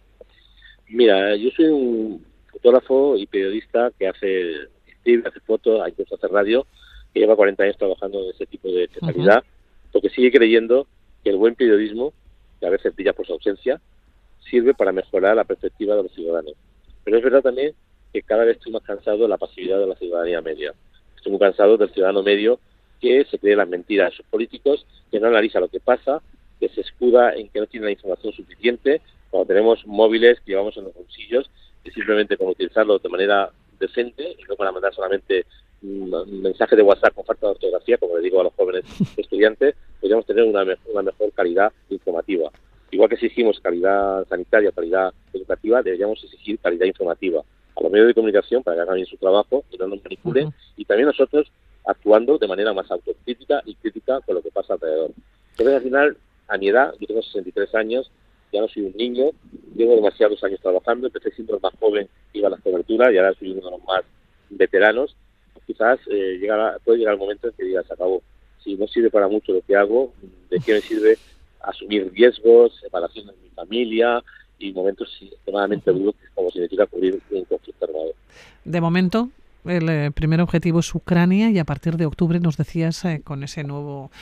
Mira, yo soy un fotógrafo y periodista que hace escribe, hace fotos, incluso hace radio, que lleva cuarenta años trabajando en ese tipo de especialidad, uh-huh. porque sigue creyendo que el buen periodismo, que a veces brilla por su ausencia, sirve para mejorar la perspectiva de los ciudadanos. Pero es verdad también que cada vez estoy más cansado de la pasividad de la ciudadanía media. Estoy muy cansado del ciudadano medio que se cree las mentiras de sus políticos, que no analiza lo que pasa, que se escuda en que no tiene la información suficiente, cuando tenemos móviles que llevamos en los bolsillos, y simplemente con utilizarlos de manera decente y no para mandar solamente un mensaje de WhatsApp con falta de ortografía, como le digo a los jóvenes estudiantes, podríamos tener una, me- una mejor calidad informativa. Igual que exigimos calidad sanitaria, calidad educativa, deberíamos exigir calidad informativa a los medios de comunicación para que hagan bien su trabajo y no nos manipulen, uh-huh. y también nosotros actuando de manera más autocrítica y crítica con lo que pasa alrededor. Entonces, al final, a mi edad, yo tengo sesenta y tres años, ya no soy un niño, llevo demasiados años trabajando, empecé siendo el más joven, iba a las coberturas y ahora soy uno de los más veteranos. Quizás eh, llegará, puede llegar el momento en que diga, se acabó. Si no sirve para mucho lo que hago, ¿de qué me sirve asumir riesgos, separación de mi familia y momentos extremadamente duros, como significa cubrir un conflicto armado? De momento, el eh, primer objetivo es Ucrania y a partir de octubre nos decías eh, con ese nuevo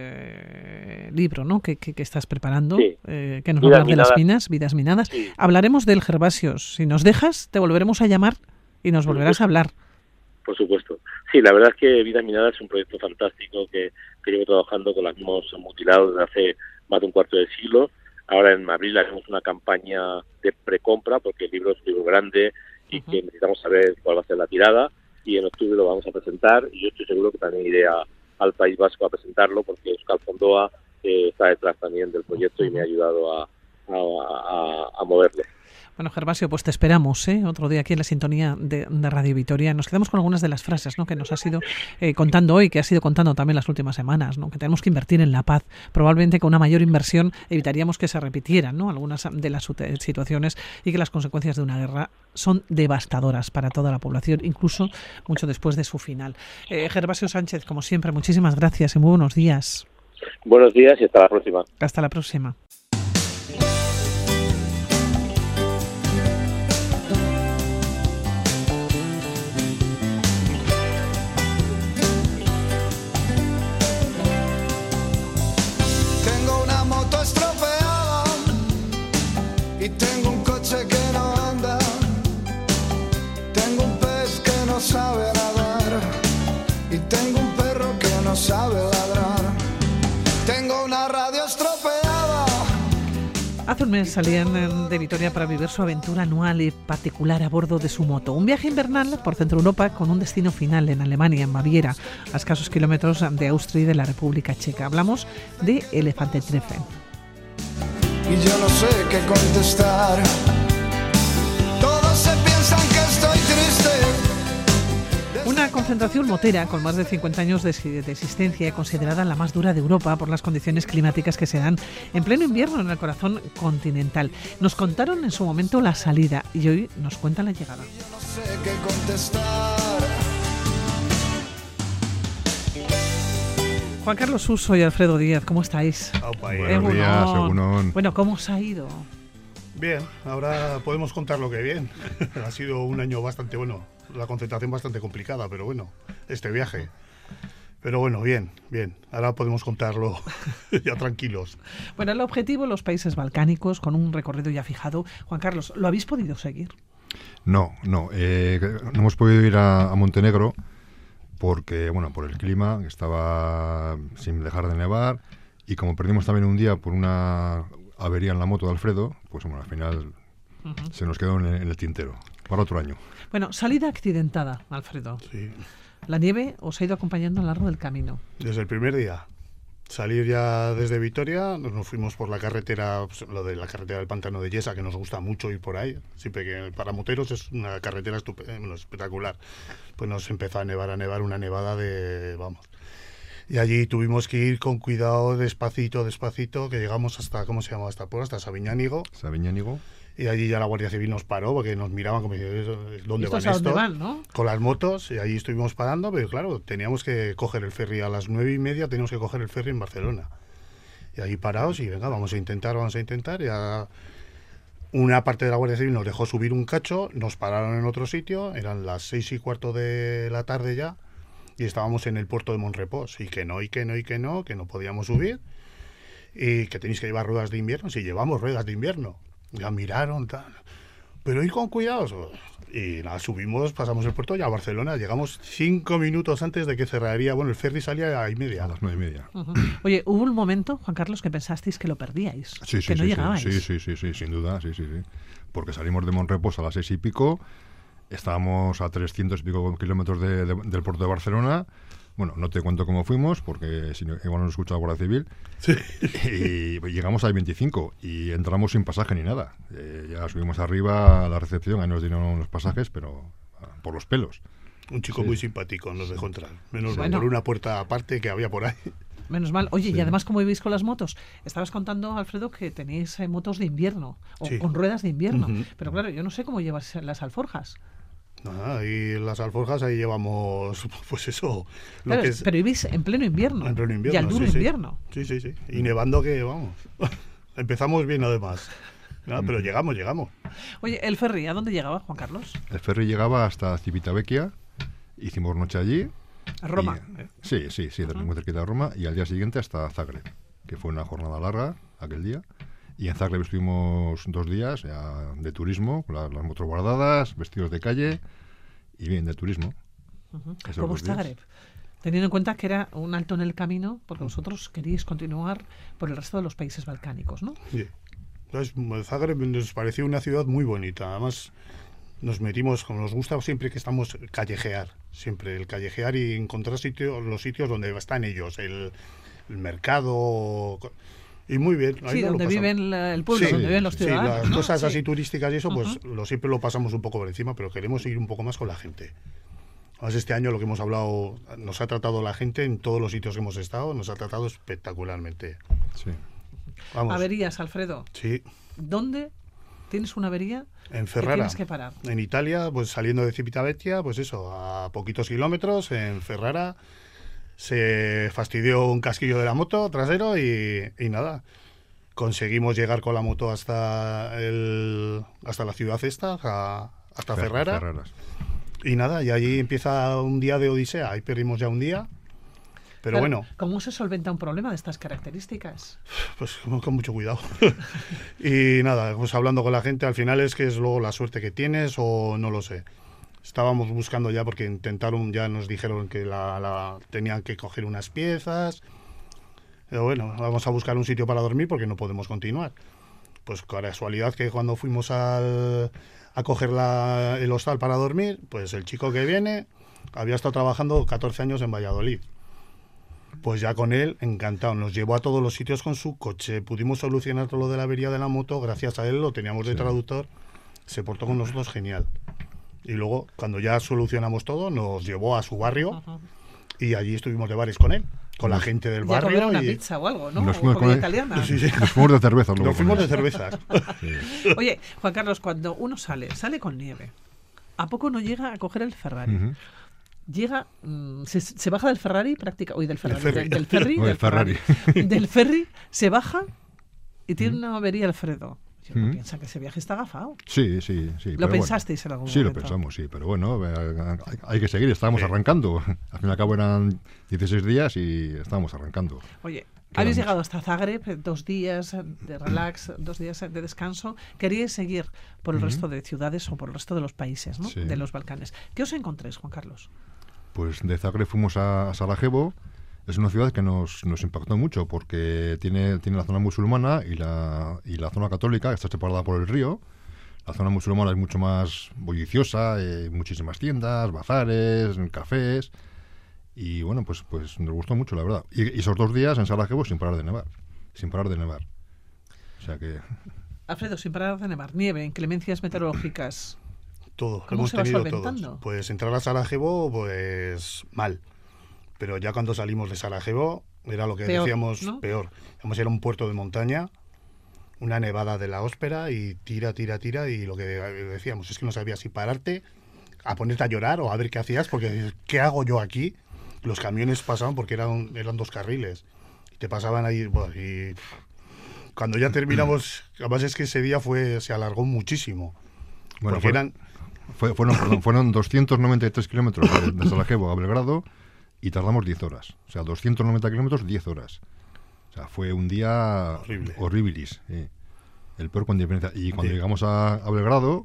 eh, libro, ¿no? que, que, que estás preparando, sí. eh, que nos va a hablar de las minas, vidas minadas. Sí. Hablaremos del Gervasio. Si nos dejas, te volveremos a llamar y nos volverás a hablar. Por supuesto. Sí, la verdad es que Vidas Minadas es un proyecto fantástico que, que llevo trabajando con los mismos mutilados desde hace más de un cuarto de siglo. Ahora en abril haremos una campaña de precompra porque el libro es un libro grande y uh-huh. que necesitamos saber cuál va a ser la tirada, y en octubre lo vamos a presentar y yo estoy seguro que también iré a, al País Vasco a presentarlo porque Euskal Fondoa eh, está detrás también del proyecto uh-huh. y me ha ayudado a, a, a, a moverle. Bueno, Gervasio, pues te esperamos, ¿eh? Otro día aquí en la sintonía de, de Radio Vitoria. Nos quedamos con algunas de las frases, ¿no?, que nos has ido eh, contando hoy, que has ido contando también las últimas semanas, ¿no?, que tenemos que invertir en la paz. Probablemente con una mayor inversión evitaríamos que se repitieran, ¿no?, algunas de las situaciones, y que las consecuencias de una guerra son devastadoras para toda la población, incluso mucho después de su final. Eh, Gervasio Sánchez, como siempre, muchísimas gracias y muy buenos días. Buenos días y hasta la próxima. Hasta la próxima. Y tengo un coche que no anda, tengo un pez que no sabe nadar, y tengo un perro que no sabe ladrar, tengo una radio estropeada. Hace un mes salían de Vitoria para vivir su aventura anual y particular a bordo de su moto. Un viaje invernal por Centro Europa con un destino final en Alemania, en Baviera, a escasos kilómetros de Austria y de la República Checa. Hablamos de Elefante-Treffen. Y yo no sé qué contestar. Todos se piensan que estoy triste. Una concentración motera con más de cincuenta años de, de existencia, considerada la más dura de Europa por las condiciones climáticas que se dan en pleno invierno en el corazón continental. Nos contaron en su momento la salida y hoy nos cuentan la llegada. Yo no sé qué contestar. Juan Carlos Suso y Alfredo Díaz, ¿cómo estáis? Opa, Buenos días, Egunon. Bueno, ¿cómo os ha ido? Bien, ahora podemos contar lo que bien. Ha sido un año bastante bueno, la concentración bastante complicada, pero bueno, este viaje. Pero bueno, bien, bien. Ahora podemos contarlo ya tranquilos. Bueno, el objetivo, los países balcánicos, con un recorrido ya fijado. Juan Carlos, ¿lo habéis podido seguir? No, no. Eh, no hemos podido ir a, a Montenegro porque, bueno, por el clima, que estaba sin dejar de nevar, y como perdimos también un día por una avería en la moto de Alfredo, pues bueno, al final uh-huh. se nos quedó en el, en el tintero, para otro año. Bueno, salida accidentada, Alfredo. Sí. La nieve os ha ido acompañando a lo largo del camino. Desde el primer día. Salir ya desde Vitoria, nos fuimos por la carretera, pues, lo de la carretera del Pantano de Yesa, que nos gusta mucho ir por ahí. Siempre que para moteros es una carretera estupe- bueno, espectacular. Pues nos empezó a nevar, a nevar, una nevada de, vamos. Y allí tuvimos que ir con cuidado, despacito, despacito, que llegamos hasta, ¿cómo se llama esta pueblo? Hasta Sabiñánigo. Sabiñánigo. Y allí ya la Guardia Civil nos paró porque nos miraban como diciendo, ¿dónde van estos? estos? ¿A dónde van, no? Con las motos, y allí estuvimos parando, pero claro, teníamos que coger el ferry a las nueve y media, teníamos que coger el ferry en Barcelona. Y ahí parados y venga, vamos a intentar, vamos a intentar. Ya una parte de la Guardia Civil nos dejó subir un cacho, nos pararon en otro sitio, eran las seis y cuarto de la tarde ya, y estábamos en el puerto de Monrepós, y que no, y que no, y que no, que no podíamos subir, y que tenéis que llevar ruedas de invierno. Si llevamos ruedas de invierno. Ya miraron, tal. Pero ir con cuidados. Y nada, subimos, pasamos el puerto ya a Barcelona. Llegamos cinco minutos antes de que cerraría. Bueno, el ferry salía a y media. A las nueve y media. Uh-huh. Oye, ¿hubo un momento, Juan Carlos, que pensasteis que lo perdíais? Sí, sí, que no sí, llegabais. sí, sí, sí, sí, sin duda, sí, sí, sí. Porque salimos de Monrepós a las seis y pico, estábamos a trescientos y pico kilómetros de, de, del puerto de Barcelona. Bueno, no te cuento cómo fuimos, porque si no, igual no nos escucha la Guardia Civil. Sí. Y llegamos al veinticinco y entramos sin pasaje ni nada. Eh, ya subimos arriba a la recepción, ahí nos dieron los pasajes, pero uh, por los pelos. Un chico Sí. muy simpático nos dejó entrar. Menos mal, Bueno. por una puerta aparte que había por ahí. Menos mal. Oye, Sí. y además, ¿cómo vivís con las motos? Estabas contando, Alfredo, que tenéis eh, motos de invierno, o Sí. con ruedas de invierno. Uh-huh. Pero claro, yo no sé cómo llevas las alforjas. Nada, y en las alforjas ahí llevamos, pues eso. Lo Claro, que es, pero vivís en pleno invierno. en pleno invierno. Y al duro sí, sí. invierno. Sí, sí, sí. Y nevando que, vamos. Empezamos bien además. Nada, pero llegamos, llegamos. Oye, el ferry, ¿a dónde llegaba, Juan Carlos? El ferry llegaba hasta Civitavecchia, hicimos noche allí. A Roma. Y, eh, sí, sí, sí, muy cerquita de Roma, y al día siguiente hasta Zagreb, que fue una jornada larga aquel día. Y en Zagreb estuvimos dos días ya de turismo, con la- las motos guardadas, vestidos de calle y bien, de turismo. Uh-huh. Esos ¿Cómo dos está días. Zagreb? Teniendo en cuenta que era un alto en el camino, porque vosotros queríais continuar por el resto de los países balcánicos, ¿no? Sí. Entonces, Zagreb nos pareció una ciudad muy bonita. Además, nos metimos, como nos gusta siempre que estamos, callejear. Siempre el callejear y encontrar sitios, los sitios donde están ellos. El, el mercado. Y muy bien. Ahí Sí, no donde lo pasamos. viven la- el pueblo, Sí, donde viven los sí, ciudadanos. las ¿no? cosas Sí. así turísticas y eso, pues Ujú. lo siempre lo pasamos un poco por encima, pero queremos ir un poco más con la gente. Además, este año lo que hemos hablado, nos ha tratado la gente en todos los sitios que hemos estado, nos ha tratado espectacularmente. Sí. Vamos. Averías, Alfredo. Sí, ¿Dónde tienes una avería en que Ferrara. tienes que parar? En Italia, pues saliendo de Civitavecchia, pues eso, a poquitos kilómetros, en Ferrara, se fastidió un casquillo de la moto trasero y, y nada. Conseguimos llegar con la moto hasta el, hasta la ciudad esta, a- hasta Fer- Ferrara. Ferraras. Y nada, y allí empieza un día de odisea. Ahí perdimos ya un día. Pero Claro, bueno, ¿cómo se solventa un problema de estas características? pues con, con mucho cuidado. Y nada, pues hablando con la gente, al final es que es luego la suerte que tienes o no lo sé. Estábamos buscando ya porque intentaron, ya nos dijeron que la, la- tenían que coger unas piezas. Pero bueno, vamos a buscar un sitio para dormir porque no podemos continuar. Pues con casualidad que cuando fuimos al, a coger la- el hostal para dormir, pues el chico que viene había estado trabajando catorce años en Valladolid. Pues ya con él, encantado. Nos llevó a todos los sitios con su coche. Pudimos solucionar todo lo de la avería de la moto. Gracias a él lo teníamos de Sí. traductor. Se portó con nosotros genial. Y luego, cuando ya solucionamos todo, nos llevó a su barrio Ujú. y allí estuvimos de bares con él, con la gente del Y a comer barrio. una Y pizza o algo, ¿no? Nos O fuimos comida con- italiana. Sí, sí. Nos fuimos de cerveza. luego Nos fuimos con de él. cervezas. Sí. Oye, Juan Carlos, cuando uno sale, sale con nieve, ¿a poco no llega a coger el Ferrari? Ujú. Llega, mm, se, se baja del Ferrari, práctica, uy, del Ferrari, ferry. del, del ferry, O del del Ferrari. Ferrari. del ferry, se baja y tiene una avería Alfredo. Y uno Mm. piensa que ese viaje está agafado. Sí, sí, sí. ¿Lo pero bueno. pensasteis en algún Sí, lo momento? pensamos, sí, pero bueno, eh, hay, hay que seguir, estábamos Sí. arrancando. Al fin y al cabo eran dieciséis días y estábamos arrancando. Oye, Queda habéis mucho. llegado hasta Zagreb, eh, dos días de relax, dos días de descanso. Queríais seguir por el Ujú. resto de ciudades o por el resto de los países, ¿no? Sí. De los Balcanes. ¿Qué os encontréis, Juan Carlos? Pues de Zagreb fuimos a, a Sarajevo. Es una ciudad que nos, nos impactó mucho porque tiene, tiene la zona musulmana y la, y la zona católica, que está separada por el río. La zona musulmana es mucho más bulliciosa, eh, muchísimas tiendas, bazares, cafés. Y bueno, pues, pues nos gustó mucho, la verdad. Y, y esos dos días en Sarajevo sin parar de nevar. Sin parar de nevar. O sea que... Alfredo, sin parar de nevar, nieve, inclemencias meteorológicas. Todo, ¿Cómo hemos se va tenido solventando? todos. Pues entrar a Sarajevo, pues mal. Pero ya cuando salimos de Sarajevo, era lo que Peor, decíamos ¿no? peor. Además era un puerto de montaña, una nevada de la óspera y tira, tira, tira. Y lo que decíamos es que no sabías si pararte, a ponerte a llorar o a ver qué hacías, porque dices, ¿qué hago yo aquí? Los camiones pasaban porque eran, eran dos carriles. Y te pasaban ahí, bueno, y cuando ya terminamos, además es que ese día fue se alargó muchísimo. Bueno, porque fue- eran Fue- fueron, perdón, fueron doscientos noventa y tres kilómetros de, de Sarajevo a Belgrado y tardamos diez horas. O sea, doscientos noventa kilómetros, diez horas. O sea, fue un día Horrible. horribilis. Sí. El peor con diferencia. Y cuando Sí. llegamos a, a Belgrado,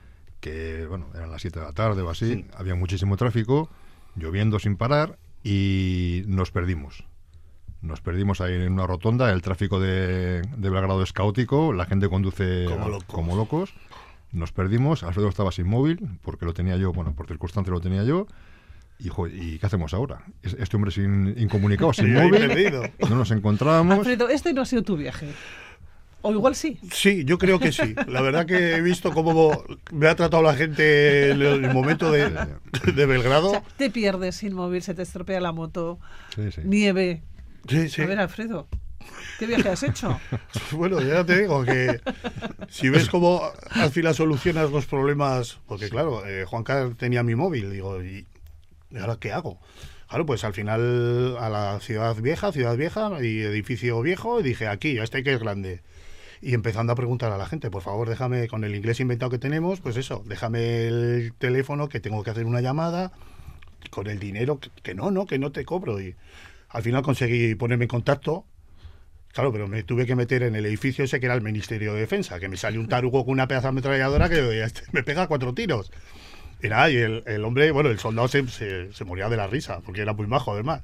que bueno, eran las siete de la tarde o así, Sí. había muchísimo tráfico, lloviendo sin parar y nos perdimos. Nos perdimos ahí en una rotonda, el tráfico de, de Belgrado es caótico, la gente conduce Como a- locos. como locos. Nos perdimos, Alfredo estaba sin móvil, porque lo tenía yo, bueno, por circunstancia lo tenía yo. Y, jo, ¿y qué hacemos ahora? Es- Este hombre sin incomunicado, sin Sí, ahí móvil, perdido. no nos encontrábamos. Alfredo, este no ha sido tu viaje. O igual sí. Sí, yo creo que sí. La verdad que he visto cómo me ha tratado la gente en el momento de, de Belgrado. O sea, te pierdes sin móvil, se te estropea la moto, Sí, sí. nieve. Sí, sí. A ver, Alfredo, ¿qué viaje has hecho? Bueno, ya te digo que si ves cómo al final solucionas los problemas, porque claro, eh, Juan Carlos tenía mi móvil, digo, ¿y ahora qué hago? Claro, pues al final a la ciudad vieja, ciudad vieja y edificio viejo, y dije, aquí, este que es grande. Y empezando a preguntar a la gente, por favor, déjame, con el inglés inventado que tenemos, pues eso, déjame el teléfono que tengo que hacer una llamada, con el dinero, que, que no, no, que no te cobro. Y al final conseguí ponerme en contacto. Claro, pero me tuve que meter en el edificio ese que era el Ministerio de Defensa, que me salió un tarugo con una pedazo de ametralladora que este me pega cuatro tiros. Y nada, y el, el hombre, bueno, el soldado se, se, se moría de la risa, porque era muy majo además.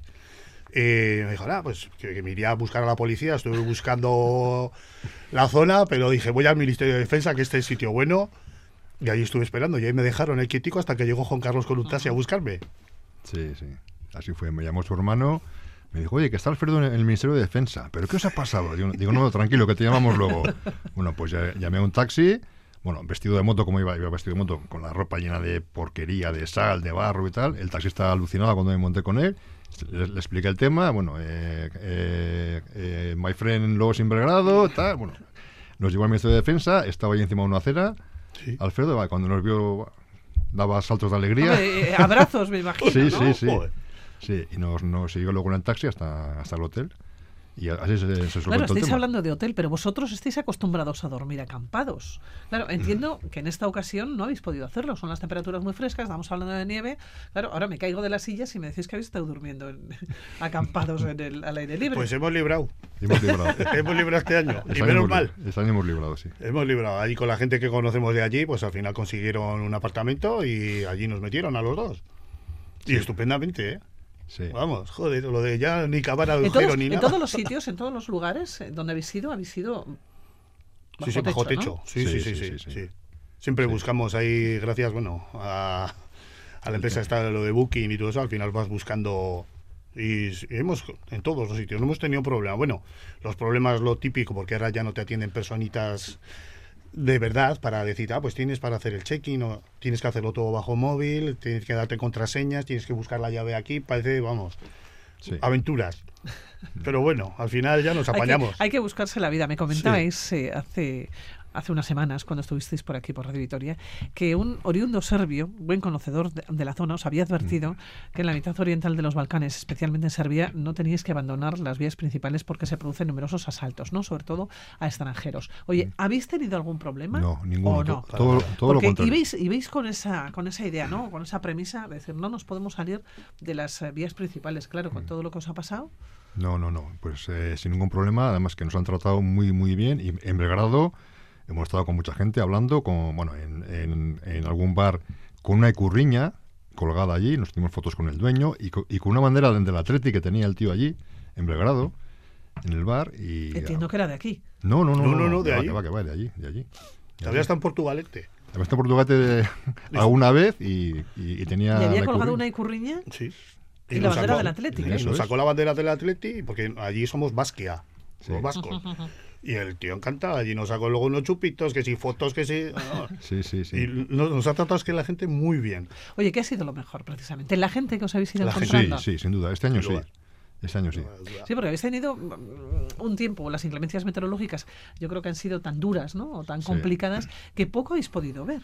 Y me dijo, nada, pues que, que me iría a buscar a la policía, estuve buscando la zona, pero dije, voy al Ministerio de Defensa, que este es sitio bueno, y ahí estuve esperando, y ahí me dejaron el quietico hasta que llegó Juan Carlos con un taxi a buscarme. Sí, sí. Así fue. Me llamó su hermano, Me dijo, oye, que está Alfredo en el Ministerio de Defensa. ¿Pero qué os ha pasado? Digo, digo no, tranquilo, que te llamamos luego. Bueno, pues ya, llamé a un taxi, bueno, vestido de moto, como iba, iba vestido de moto, con la ropa llena de porquería, de sal, de barro y tal. El taxi estaba alucinado cuando me monté con él. Le, le expliqué el tema, bueno, eh, eh, eh, my friend luego sin Belgrado, tal, bueno. Nos llevó al Ministerio de Defensa, estaba ahí encima de una acera. Sí. Alfredo, cuando nos vio, daba saltos de alegría. Hombre, eh, abrazos, me imagino, sí, ¿no? sí, sí. Sí, y nos, nos siguió luego en el taxi hasta, hasta el hotel. Y así se, se solventó Claro, el estáis tema. hablando de hotel, pero vosotros estáis acostumbrados a dormir acampados. Claro, entiendo que en esta ocasión no habéis podido hacerlo. Son las temperaturas muy frescas, estamos hablando de nieve. Claro, ahora me caigo de las sillas y me decís que habéis estado durmiendo en, acampados en el, al aire libre. Pues hemos librado. Hemos librado. hemos librado este año. Este y año menos hemos, mal. Este año hemos librado, sí. Hemos librado. Ahí con la gente que conocemos de allí, pues al final consiguieron un apartamento y allí nos metieron a los dos. Y sí. estupendamente, ¿eh? Sí. Vamos, joder, lo de ya ni cavar agujero en todos, ni en nada. todos los sitios, en todos los lugares donde habéis ido, habéis ido bajo sí, sí, bajo techo, techo. ¿no? Sí, sí, sí, sí, sí, sí, sí. Siempre sí. buscamos ahí, gracias, bueno, a, a la empresa está lo de Booking y todo eso, al final vas buscando y, y hemos, en todos los sitios, no hemos tenido problema. Bueno, los problemas lo típico, porque ahora ya no te atienden personitas de verdad para decir, ah, pues tienes para hacer el check-in, o tienes que hacerlo todo bajo móvil, tienes que darte contraseñas, tienes que buscar la llave aquí, parece, vamos, sí. aventuras. Pero bueno, al final ya nos apañamos. Hay que, hay que buscarse la vida. Me comentabais sí. eh, hace... hace unas semanas, cuando estuvisteis por aquí, por Radio Vitoria, que un oriundo serbio, buen conocedor de, de la zona, os había advertido que en la mitad oriental de los Balcanes, especialmente en Serbia, no teníais que abandonar las vías principales porque se producen numerosos asaltos, ¿no? Sobre todo a extranjeros. Oye, ¿habéis tenido algún problema? No, ninguno. ¿O no? Todo, todo porque lo contrario. ibais, ibais con esa con esa idea, ¿no? Con esa premisa de decir, no nos podemos salir de las uh, vías principales, claro, con todo lo que os ha pasado. No, no, no. Pues eh, sin ningún problema. Además que nos han tratado muy, muy bien. Y en Belgrado hemos estado con mucha gente hablando, con, bueno, en, en, en algún bar con una icurriña colgada allí, nos hicimos fotos con el dueño y, co, y con una bandera del Atleti que tenía el tío allí, en Belgrado, en el bar. Y entiendo que era de aquí. No, no, no, no, no, no, no de que allí. Va, que va, que va, de allí, de allí. Todavía está en Portugalete. Había estado en Portugalete alguna vez y, y, y tenía. ¿Y había colgado una icurriña? Sí. Y, y la bandera sacó, del Atleti. ¿eh? Nos sacó la bandera del Atleti porque allí somos Basquia, sí. los vascos. Y el tío encantado, allí nos sacó luego unos chupitos, que si fotos, que si... Oh. Sí, sí, sí. Y nos, nos ha tratado es que la gente muy bien. Oye, ¿qué ha sido lo mejor precisamente? ¿La gente que os habéis ido la encontrando? Sí, sí, sin duda. Este año sí. Este año sí. Sí, porque habéis tenido un tiempo, las inclemencias meteorológicas, yo creo que han sido tan duras, ¿no? O tan complicadas, sí. que poco habéis podido ver.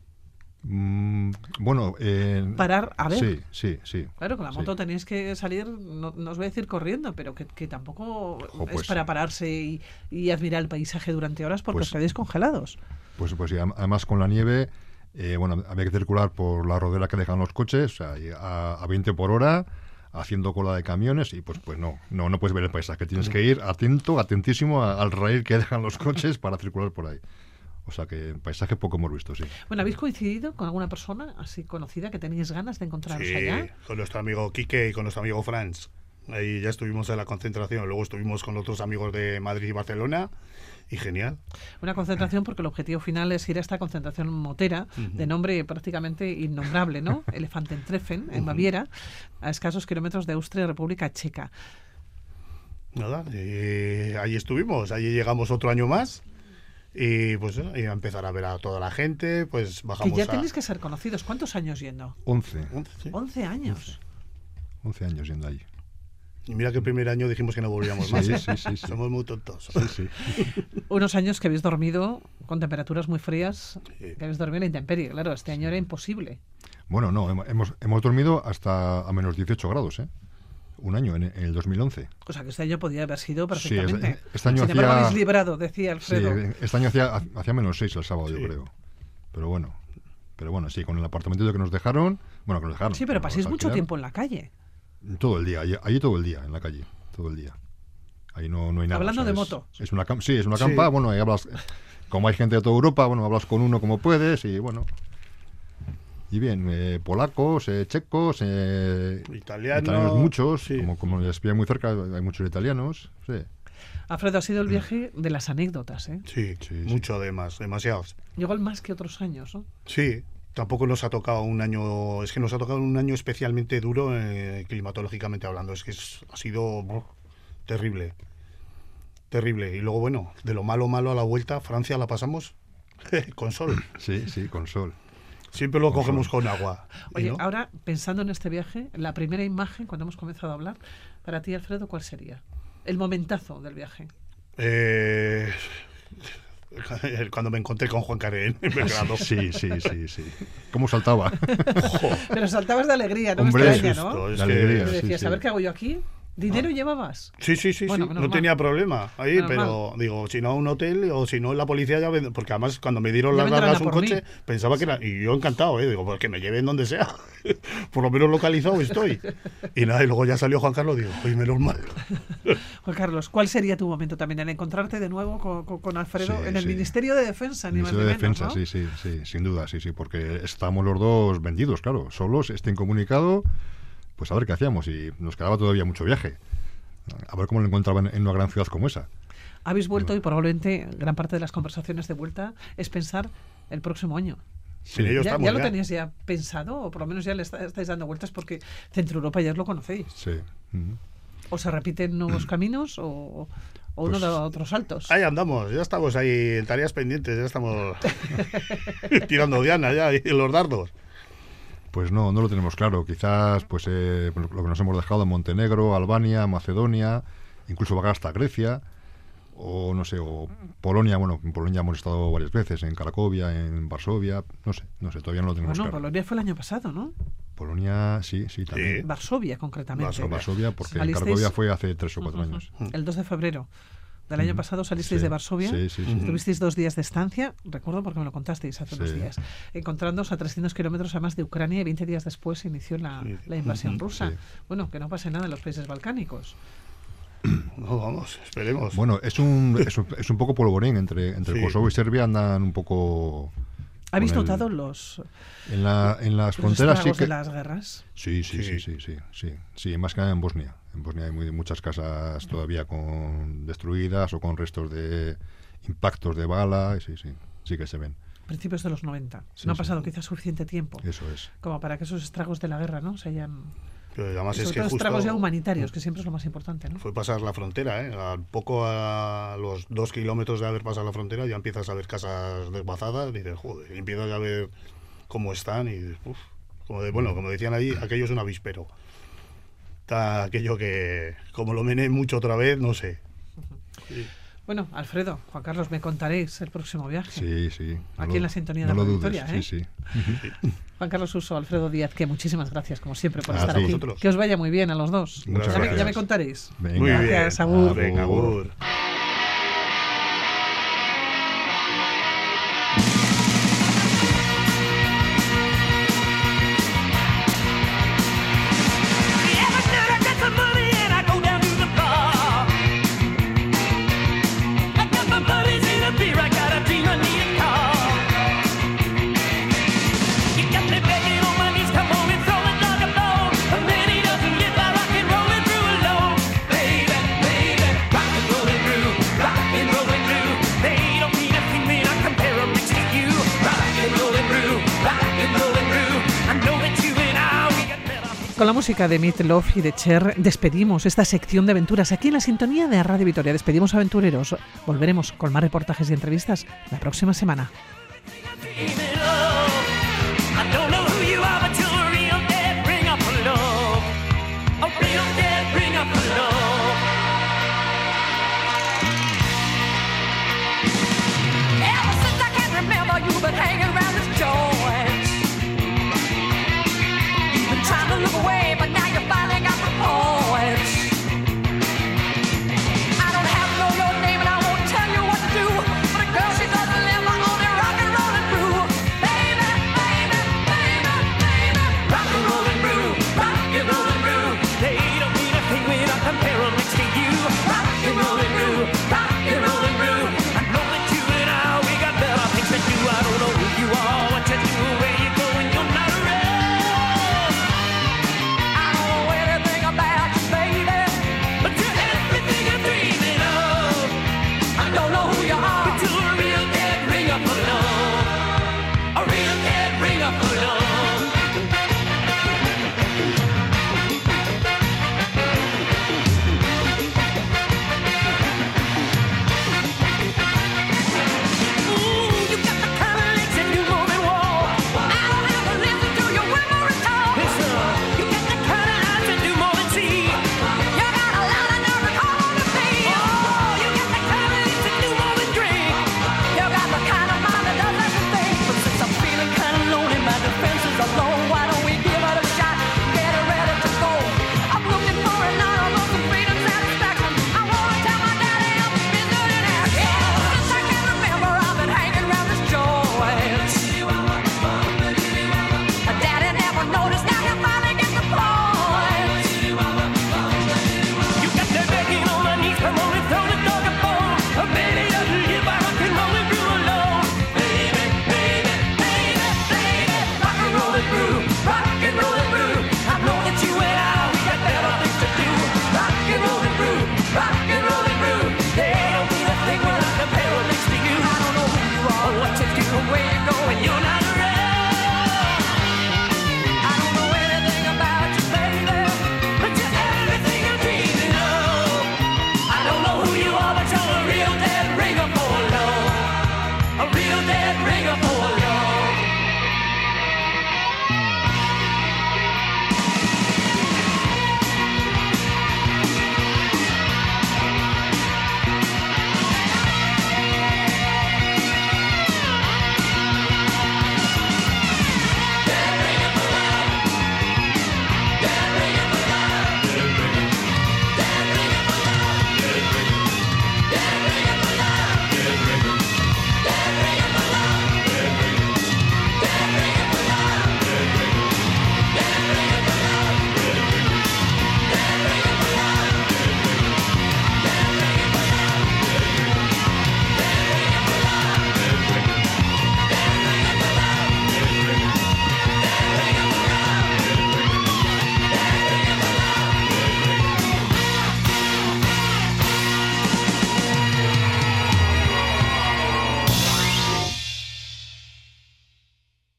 Mm, bueno, eh, parar a ver. Sí, sí, sí. Claro, con la moto sí. tenéis que salir, no, no os voy a decir corriendo, pero que, que tampoco oh, pues, es para pararse y, y admirar el paisaje durante horas porque pues, os quedáis congelados. Pues, pues sí, además con la nieve, eh, bueno, había que circular por la rodera que dejan los coches, o sea, a, a veinte por hora, haciendo cola de camiones y pues pues no, no, no puedes ver el paisaje, tienes que ir atento, atentísimo a, al raíl que dejan los coches para circular por ahí. O sea que paisaje poco hemos visto, sí. Bueno, ¿habéis coincidido con alguna persona así conocida que tenéis ganas de encontraros sí, allá? Con nuestro amigo Quique y con nuestro amigo Franz. Ahí ya estuvimos en la concentración, luego estuvimos con otros amigos de Madrid y Barcelona y genial. Una concentración porque el objetivo final es ir a esta concentración motera uh-huh. de nombre prácticamente innombrable, ¿no? Elefantentreffen, en uh-huh. Baviera, a escasos kilómetros de Austria y República Checa. Nada, eh, ahí estuvimos, ahí llegamos otro año más. Y pues y a empezar a ver a toda la gente, pues bajamos. Que ya a... tenéis que ser conocidos. ¿Cuántos años yendo? Once. Once, sí. Once años. Once años yendo allí. Y mira que el primer año dijimos que no volvíamos sí, más. Sí, ¿eh? sí, sí, sí. Somos muy tontos. Sí, sí. Unos años que habéis dormido con temperaturas muy frías, sí. que habéis dormido en la intemperie. Claro, este año era imposible. Bueno, no, hemos, hemos dormido hasta a menos dieciocho grados, ¿eh? Un año, en, en el dos mil once. O sea, que este año podía haber sido perfectamente. Sí, este año Sin hacía... embargo, habéis librado, decía Alfredo. Sí, este año hacía, hacía menos seis el sábado, sí. yo creo. Pero bueno, pero bueno, sí, con el apartamento que nos dejaron... Bueno, que nos dejaron. Sí, pero paséis mucho tiempo en la calle. Todo el día, allí, allí todo el día, en la calle, todo el día. Ahí no, no hay nada. Hablando o sea, de es, moto. Es una, sí, es una sí. campa, bueno, ahí hablas... Como hay gente de toda Europa, bueno, hablas con uno como puedes y bueno... Y bien, eh, polacos, eh, checos, eh, italianos, italianos muchos, sí. como, como les pilla muy cerca, hay muchos italianos, sí. Alfredo, ha sido el viaje de las anécdotas, ¿eh? Sí, sí mucho sí. además, demasiados. Igual más que otros años, ¿no? Sí, tampoco nos ha tocado un año, es que nos ha tocado un año especialmente duro eh, climatológicamente hablando, es que es, ha sido brr, terrible, terrible. Y luego, bueno, de lo malo malo a la vuelta, Francia la pasamos con sol. Sí, sí, con sol. Siempre lo cogemos con agua. Oye, ¿no? ahora, pensando en este viaje, la primera imagen, cuando hemos comenzado a hablar, para ti, Alfredo, ¿cuál sería? El momentazo del viaje. Eh... Cuando me encontré con Juan Carén en Belgrado. Sí, sí, sí, sí. ¿Cómo saltaba? Pero saltabas de alegría, ¿no? Hombre, Me extraña, ¿no? Justo, es de que- alegría. Y Sí, decías, sí. a ver qué hago yo aquí. ¿Dinero llevabas? Sí, sí, sí, Bueno, sí. menos No mal. tenía problema ahí, Menos pero digo, si no un hotel o si no la policía ya ven- porque además cuando me dieron Ya las vendrán largas a un por coche, mí. pensaba que era, y yo encantado, eh, digo, pues que me lleven donde sea. Por lo menos localizado estoy. Y nada, y luego ya salió Juan Carlos, digo, oye, menos mal. Juan Carlos, ¿cuál sería tu momento también? El encontrarte de nuevo con, con- con Alfredo Sí, en el sí. Ministerio de Defensa, ni más Ministerio ni de menos, Defensa, ¿no? sí, sí, sí, sin duda, sí, sí, porque estábamos los dos vendidos, claro, solos, este incomunicado, pues a ver qué hacíamos y nos quedaba todavía mucho viaje. A ver cómo lo encontraban en una gran ciudad como esa. Habéis vuelto y probablemente gran parte de las conversaciones de vuelta es pensar el próximo año. Sí, ellos ¿Ya, estamos, ya lo ya. teníais ya pensado? O por lo menos ya le está- estáis dando vueltas porque Centro Europa ya os lo conocéis. Sí. Ujú. ¿O se repiten nuevos caminos o, o uno Pues- da otros saltos? Ahí andamos, ya estamos ahí en tareas pendientes, ya estamos tirando diana ya y los dardos. Pues no, no lo tenemos claro. Quizás pues eh, lo que nos hemos dejado en Montenegro, Albania, Macedonia, incluso bajar hasta Grecia, o no sé, o Polonia. Bueno, en Polonia hemos estado varias veces, en Cracovia, en Varsovia, no sé, no sé, todavía no lo tenemos Bueno, claro. Polonia fue el año pasado, ¿no? Polonia, sí, sí, también. Varsovia, concretamente. Varsovia. Varsovia, porque en Salisteis- Cracovia fue hace tres o cuatro Ujú. años. El dos de febrero del año Ujú. pasado salisteis Sí, de Varsovia. sí, sí, sí. Estuvisteis dos días de estancia, recuerdo porque me lo contasteis hace unos Sí. días, encontrándoos a trescientos kilómetros además de Ucrania y veinte días después se inició la, Sí. la invasión Ujú. rusa. Sí. Bueno, que no pase nada en los países balcánicos. No, vamos, esperemos. Bueno, es un, es un, es un poco polvorín entre, entre Sí. Kosovo y Serbia, andan un poco... ¿Habéis con el- notado los, En, la, en las los fronteras sí estragos que... de las guerras? Sí, sí, sí, Sí. sí, sí, sí, sí, más que nada en Bosnia. En Bosnia hay muy, muchas casas todavía con destruidas o con restos de impactos de bala, y sí, sí, sí que se ven. Principios de los noventa. Sí, no ha sí. pasado quizás suficiente tiempo Eso es. como para que esos estragos de la guerra no se hayan... Pero además y es sobre que todo justo estragos ya humanitarios, que siempre es lo más importante, ¿no? fue pasar la frontera, ¿eh? Al poco a los dos kilómetros de haber pasado la frontera ya empiezas a ver casas desguazadas y dices, joder, y empiezas a ver cómo están y dices, uf, como de, bueno, como decían allí, aquello es un avispero. Está aquello que, como lo mené mucho otra vez, no sé. Bueno, Alfredo, Juan Carlos, me contaréis el próximo viaje. Sí, sí. no Aquí lo- en la sintonía no de lo Radio dudes, Victoria, ¿eh? sí, sí. Juan Carlos Uso, Alfredo Díaz, que muchísimas gracias, como siempre, por A estar ti. aquí. Vosotros. Que os vaya muy bien a los dos. Muchas ya, me, gracias. ya me contaréis. Venga. Muy bien. Gracias, agur. Venga, agur. Con la música de Meat Loaf y de Cher despedimos esta sección de aventuras aquí en la sintonía de Radio Vitoria. Despedimos aventureros. Volveremos con más reportajes y entrevistas la próxima semana. Dreaming